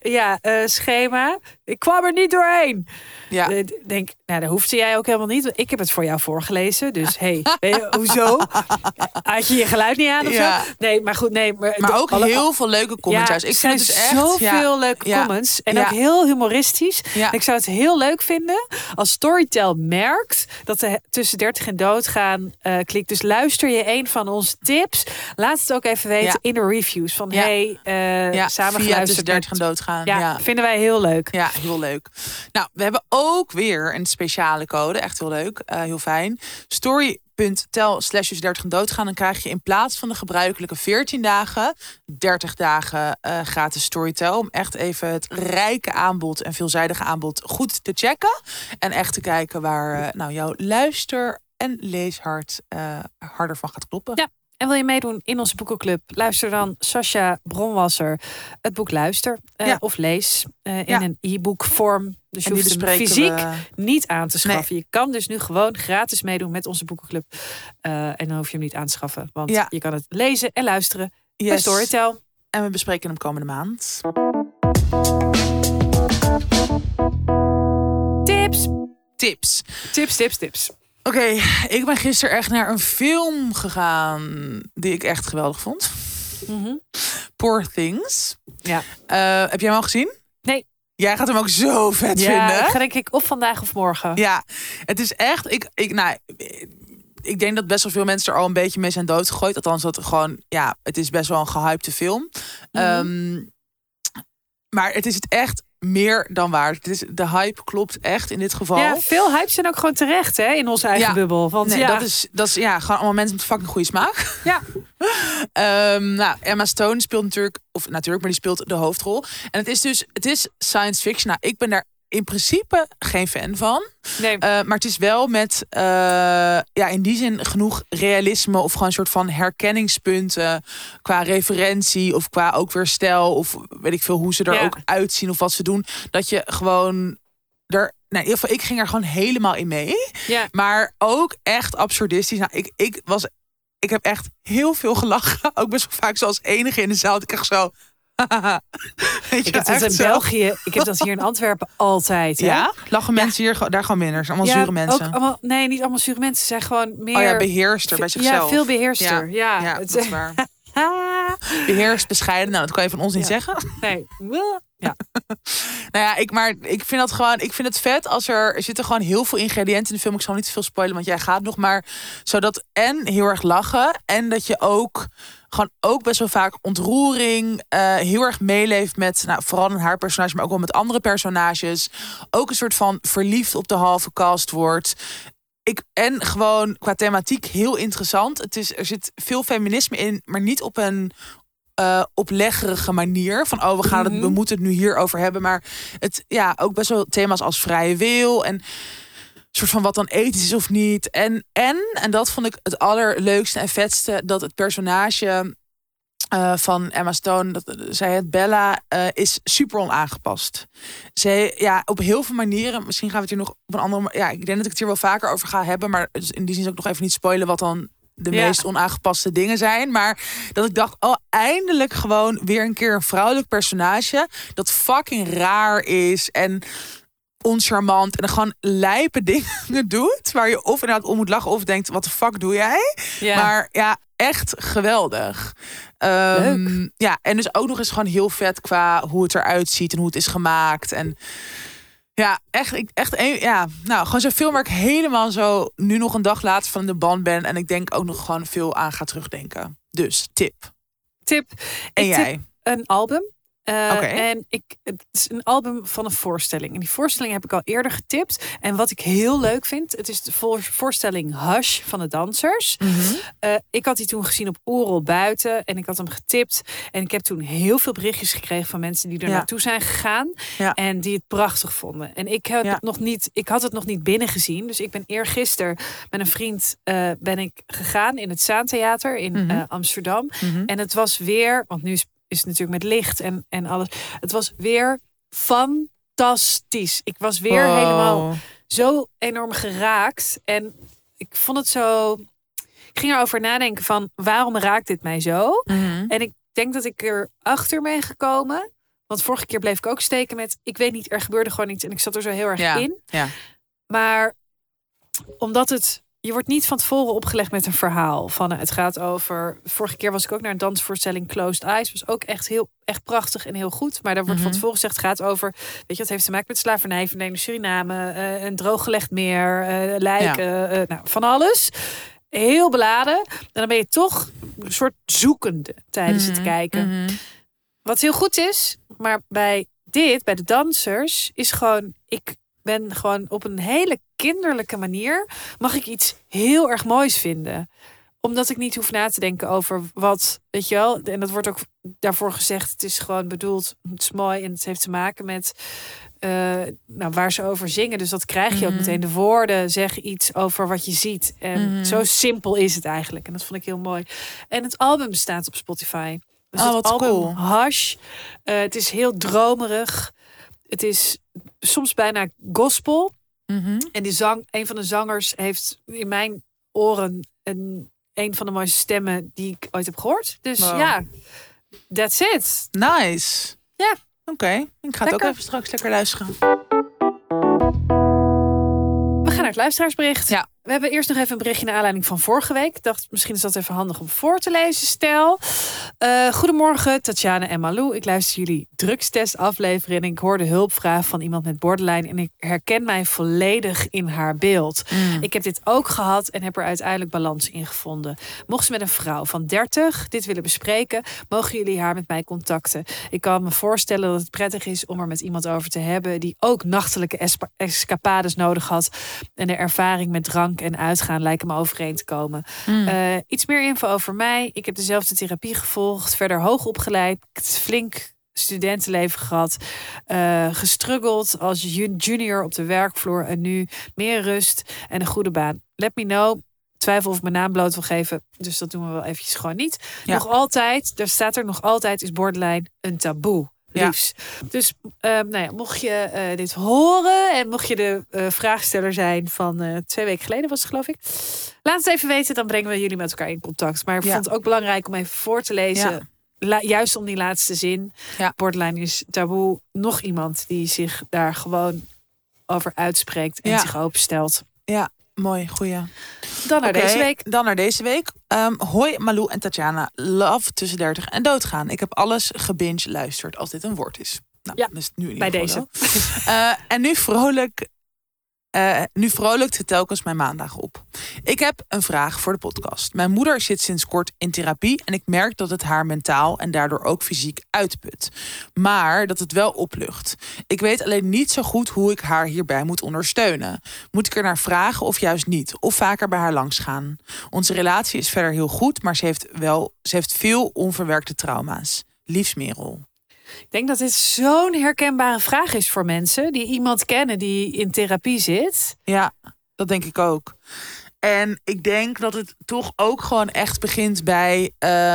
schema. Ik kwam er niet doorheen. Ja. Denk, dat hoefde jij ook helemaal niet. Ik heb het voor jou voorgelezen. Dus hoezo? Had je je geluid niet aan of zo? Nee, maar goed. Nee, maar ook heel veel leuke comments. Ja, ik vind het dus echt zoveel leuke comments. En ook heel humoristisch. Ja. Ik zou het heel leuk vinden als Storytel merkt dat er tussen 30 en doodgaan klikt. Dus luister je een van onze tips. Laat het ook even weten in de reviews. Van samen geluisterd 30 en doodgaan. Ja, vinden wij heel leuk. Ja, heel leuk. Nou, we hebben ook weer een speciale code. Echt heel leuk. Heel fijn. Story.tel/30 en doodgaan. Dan krijg je in plaats van de gebruikelijke 14 dagen... 30 dagen gratis Storytel. Om echt even het rijke aanbod en veelzijdige aanbod goed te checken. En echt te kijken waar jouw luister- en leeshart harder van gaat kloppen. Ja. En wil je meedoen in onze boekenclub? Luister dan Sascha Bronwasser het boek Luister of lees in een e-book vorm. Dus je hoeft hem fysiek niet aan te schaffen. Je kan dus nu gewoon gratis meedoen met onze boekenclub. En dan hoef je hem niet aan te schaffen. Want je kan het lezen en luisteren bij Storytel. En we bespreken hem komende maand. Tips. Oké, ik ben gisteren echt naar een film gegaan die ik echt geweldig vond. Poor Things. Ja. Heb jij hem al gezien? Nee. Jij gaat hem ook zo vet vinden. Ja, ik ga denk ik of vandaag of morgen. Ja, het is echt... Ik denk dat best wel veel mensen er al een beetje mee zijn doodgegooid. Althans, dat gewoon... Ja, het is best wel een gehypte film. Maar het is het echt meer dan waard. De hype klopt echt in dit geval. Ja, veel hypes zijn ook gewoon terecht in onze eigen bubbel. Want dat is gewoon allemaal mensen met fucking goede smaak. Ja. Emma Stone speelt natuurlijk, maar die speelt de hoofdrol. En het is science fiction. Nou, ik ben daar in principe geen fan van. Nee. Maar het is wel met in die zin genoeg realisme of gewoon een soort van herkenningspunten qua referentie of qua ook weer stijl of weet ik veel hoe ze er ook uitzien of wat ze doen, dat je gewoon er in ieder geval, ik ging er gewoon helemaal in mee. Ja. Maar ook echt absurdistisch. Nou, ik heb echt heel veel gelachen. Ook best wel vaak zoals enige in de zaal. Ik echt zo... Ik heb dat in België, ik heb dat hier in Antwerpen altijd. Hè? Ja? Lachen mensen hier daar gewoon minder? Allemaal zure mensen? Ook nee, niet allemaal zure mensen. Ze zijn gewoon meer... beheerster bij zichzelf. Ja, veel beheerster. Ja, dat is waar. Beheerst, bescheiden. Nou, dat kan je van ons niet zeggen. Nee. Ja. Ik vind dat gewoon... Ik vind het vet als er zitten gewoon heel veel ingrediënten in de film. Ik zal niet te veel spoilen, want jij gaat nog maar... Zodat en heel erg lachen en dat je ook... Gewoon ook best wel vaak ontroering. Heel erg meeleeft met, vooral in haar personage, maar ook wel met andere personages. Ook een soort van verliefd op de halve cast wordt. En gewoon qua thematiek heel interessant. Er zit veel feminisme in, maar niet op een opleggerige manier. Van we moeten het nu hierover hebben. Maar het ook best wel thema's als vrije wil. En soort van wat dan ethisch is of niet. En dat vond ik het allerleukste en vetste. Dat het personage van Emma Stone, dat zei het, Bella, is super onaangepast. Ze, op heel veel manieren, misschien gaan we het hier nog op een andere... Ja, ik denk dat ik het hier wel vaker over ga hebben. Maar in die zin zal ik nog even niet spoilen wat dan de meest onaangepaste dingen zijn. Maar dat ik dacht, eindelijk gewoon weer een keer een vrouwelijk personage dat fucking raar is en oncharmant en gewoon lijpe dingen doet, waar je of inderdaad om moet lachen of denkt, wat de fuck doe jij? Ja. Maar echt geweldig. Leuk. Ja, en dus ook nog eens gewoon heel vet qua hoe het eruit ziet en hoe het is gemaakt. En gewoon zo'n film waar ik helemaal zo nu nog een dag later van de band ben. En ik denk ook nog gewoon veel aan ga terugdenken. Dus tip. En jij? Tip een album. En het is een album van een voorstelling. En die voorstelling heb ik al eerder getipt. En wat ik heel leuk vind, het is de voorstelling Hush van de dansers. Ik had die toen gezien op Oerol buiten. En ik had hem getipt. En ik heb toen heel veel berichtjes gekregen van mensen die er naartoe zijn gegaan. Ja. En die het prachtig vonden. En ik had het nog niet binnengezien. Dus ik ben eergisteren met een vriend ben ik gegaan in het Zaantheater in Amsterdam. En het was weer, want nu is het natuurlijk met licht en alles. Het was weer fantastisch. Ik was weer helemaal zo enorm geraakt. En ik vond het zo... Ik ging erover nadenken van, waarom raakt dit mij zo? En ik denk dat ik er achter ben gekomen. Want vorige keer bleef ik ook steken met, ik weet niet, er gebeurde gewoon iets. En ik zat er zo heel erg in. Ja. Maar omdat je wordt niet van tevoren opgelegd met een verhaal. Het gaat over... Vorige keer was ik ook naar een dansvoorstelling Closed Eyes. Was ook echt prachtig en heel goed. Maar daar wordt van tevoren gezegd, het gaat over... Weet je, dat heeft te maken met slavernij, verleden Suriname. Een drooggelegd meer, lijken, van alles. Heel beladen. En dan ben je toch een soort zoekende tijdens het kijken. Wat heel goed is, maar bij de dansers, is gewoon... Ik ben gewoon op een hele kinderlijke manier, mag ik iets heel erg moois vinden. Omdat ik niet hoef na te denken over wat, weet je wel. En dat wordt ook daarvoor gezegd, het is gewoon bedoeld, het is mooi en het heeft te maken met waar ze over zingen. Dus dat krijg je ook meteen. De woorden zeggen iets over wat je ziet. En zo simpel is het eigenlijk. En dat vond ik heel mooi. En het album bestaat op Spotify. Dus het album cool. Hush. Het is heel dromerig. Het is soms bijna gospel. En een van de zangers heeft in mijn oren een van de mooiste stemmen die ik ooit heb gehoord. Dus that's it. Nice. Ja. Oké. Ik ga het ook even straks lekker luisteren. We gaan naar het luisteraarsbericht. Ja. We hebben eerst nog even een berichtje naar aanleiding van vorige week. Ik dacht, misschien is dat even handig om voor te lezen. Stel, goedemorgen Tatjana en Malou. Ik luister jullie drugstestaflevering en ik hoorde hulpvraag van iemand met borderline. En ik herken mij volledig in haar beeld. Ik heb dit ook gehad en heb er uiteindelijk balans in gevonden. Mocht ze met een vrouw van 30 dit willen bespreken, mogen jullie haar met mij contacten. Ik kan me voorstellen dat het prettig is om er met iemand over te hebben die ook nachtelijke escapades nodig had. En de ervaring met drank en uitgaan lijken me overeen te komen. Iets meer info over mij. Ik heb dezelfde therapie gevolgd. Verder hoog opgeleid. Flink studentenleven gehad. Gestruggeld als junior op de werkvloer. En nu meer rust en een goede baan. Let me know. Twijfel of ik mijn naam bloot wil geven. Dus dat doen we wel eventjes gewoon niet. Ja. Nog altijd, daar staat er nog altijd, is borderline een taboe. Ja. Dus mocht je dit horen en mocht je de vraagsteller zijn van 2 weken geleden was het, geloof ik. Laat het even weten, dan brengen we jullie met elkaar in contact. Maar ik vond het ook belangrijk om even voor te lezen. Ja. Juist om die laatste zin. Ja. Borderline is taboe. Nog iemand die zich daar gewoon over uitspreekt en zich openstelt. Ja, mooi, goeie. Dan naar deze week. Hoi Malou en Tatjana. Love tussen 30 en doodgaan. Ik heb alles gebinge luisterd als dit een woord is. Nou, dus nu in bij deze. En nu vrolijk Nu vrolijkt het telkens mijn maandag op. Ik heb een vraag voor de podcast. Mijn moeder zit sinds kort in therapie en ik merk dat het haar mentaal en daardoor ook fysiek uitput. Maar dat het wel oplucht. Ik weet alleen niet zo goed hoe ik haar hierbij moet ondersteunen. Moet ik er naar vragen of juist niet? Of vaker bij haar langs gaan? Onze relatie is verder heel goed, maar ze heeft veel onverwerkte trauma's. Liefs Merel. Ik denk dat dit zo'n herkenbare vraag is voor mensen die iemand kennen die in therapie zit. Ja, dat denk ik ook. En ik denk dat het toch ook gewoon echt begint bij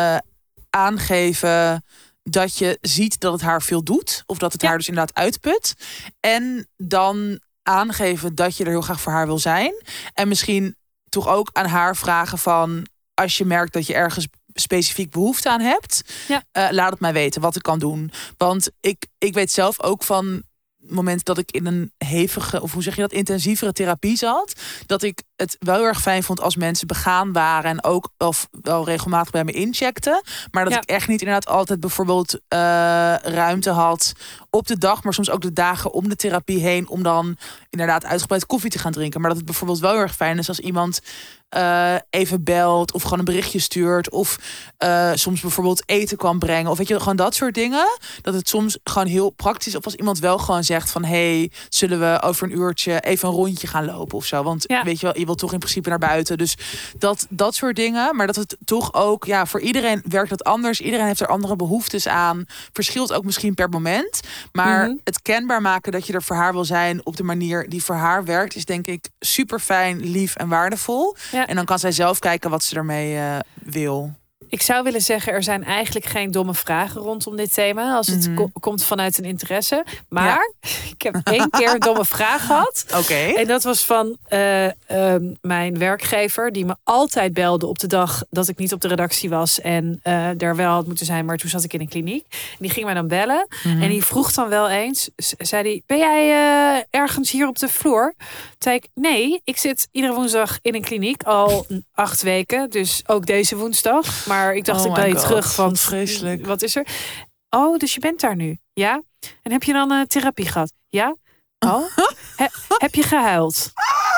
aangeven dat je ziet dat het haar veel doet. Of dat het haar dus inderdaad uitput. En dan aangeven dat je er heel graag voor haar wil zijn. En misschien toch ook aan haar vragen van, als je merkt dat je ergens specifiek behoefte aan hebt, laat het mij weten wat ik kan doen. Want ik weet zelf ook van het moment dat ik in een hevige, of hoe zeg je dat, intensievere therapie zat, dat ik het wel heel erg fijn vond als mensen begaan waren en ook wel regelmatig bij me incheckten. Maar dat ik echt niet inderdaad altijd bijvoorbeeld ruimte had op de dag, maar soms ook de dagen om de therapie heen, om dan inderdaad uitgebreid koffie te gaan drinken. Maar dat het bijvoorbeeld wel heel erg fijn is als iemand even belt of gewoon een berichtje stuurt of soms bijvoorbeeld eten kwam brengen of weet je, gewoon dat soort dingen. Dat het soms gewoon heel praktisch, of als iemand wel gewoon zegt van, hey, zullen we over een uurtje even een rondje gaan lopen of zo. Want weet je wel, je wilt toch in principe naar buiten. Dus dat soort dingen. Maar dat het toch ook, voor iedereen werkt dat anders. Iedereen heeft er andere behoeftes aan. Verschilt ook misschien per moment. Maar het kenbaar maken dat je er voor haar wil zijn op de manier die voor haar werkt, is denk ik super fijn, lief en waardevol. Ja. En dan kan zij zelf kijken wat ze ermee wil. Ik zou willen zeggen, er zijn eigenlijk geen domme vragen rondom dit thema. Als het komt vanuit een interesse. Maar ik heb 1 keer een domme vraag gehad. Okay. En dat was van mijn werkgever. Die me altijd belde op de dag dat ik niet op de redactie was. En daar wel had moeten zijn. Maar toen zat ik in een kliniek. En die ging mij dan bellen. En die vroeg dan wel eens. Zei die, ben jij ergens hier op de vloer? Toen zei ik, nee. Ik zit iedere woensdag in een kliniek. Al 8 weken. Dus ook deze woensdag. Maar ik dacht, ik bel je terug van, vreselijk. Wat is er? Oh, dus je bent daar nu? Ja? En heb je dan therapie gehad? Ja? Oh? Heb je gehuild?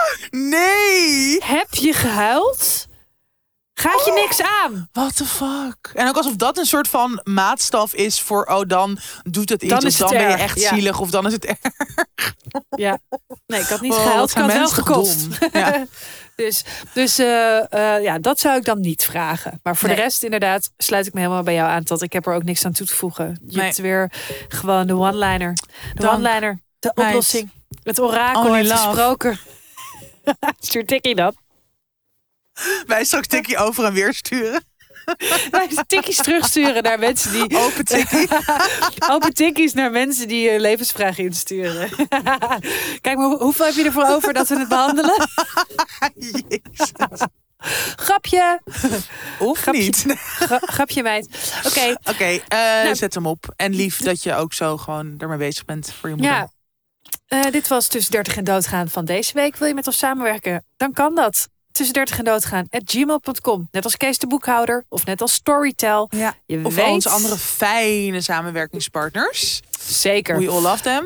Nee! Heb je gehuild? Gaat je niks aan? What the fuck? En ook alsof dat een soort van maatstaf is voor, dan doet het iets. Dan of dan ben je echt zielig. Of dan is het erg. Ja. Nee, ik had niet gehuild. Ik had wel gekost. Ja. Dus dat zou ik dan niet vragen. Maar voor de rest inderdaad sluit ik me helemaal bij jou aan. Dat ik heb er ook niks aan toe te voegen. Je hebt weer gewoon de one-liner. De oplossing. Het orakel heeft gesproken. Stuur Tikkie dat. Wij straks Tikkie over en weer sturen. Wij tikkies terugsturen naar mensen die... Open tikkie. Open tikkies naar mensen die levensvragen insturen. Kijk, maar hoeveel heb je ervoor over dat we het behandelen? Jezus. Grapje. Of grapje, niet. Grapje, meid. Oké. Zet hem op. En lief dat je ook zo gewoon ermee bezig bent voor je moeder. Ja. Dit was Tussen 30 en Doodgaan van deze week. Wil je met ons samenwerken? Dan kan dat. Tussen 30 en Doodgaan @gmail.com. Net als Kees de boekhouder of net als Storytel. Ja. Of al onze andere fijne samenwerkingspartners. Zeker. We all love them.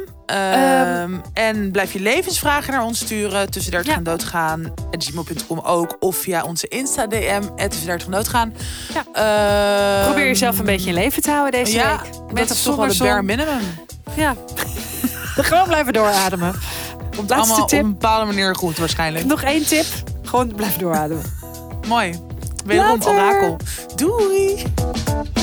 En blijf je levensvragen naar ons sturen. Tussen 30 en Doodgaan @gmail.com ook. Of via onze Insta-DM Tussen 30 en Doodgaan. Ja. Probeer jezelf een beetje in leven te houden deze week. Met of toch wel de bare minimum. Ja. Gewoon blijven doorademen. Allemaal tip. Op een bepaalde manier goed waarschijnlijk. Nog 1 tip. Gewoon blijven doorademen. Mooi. Wederom orakel. Doei!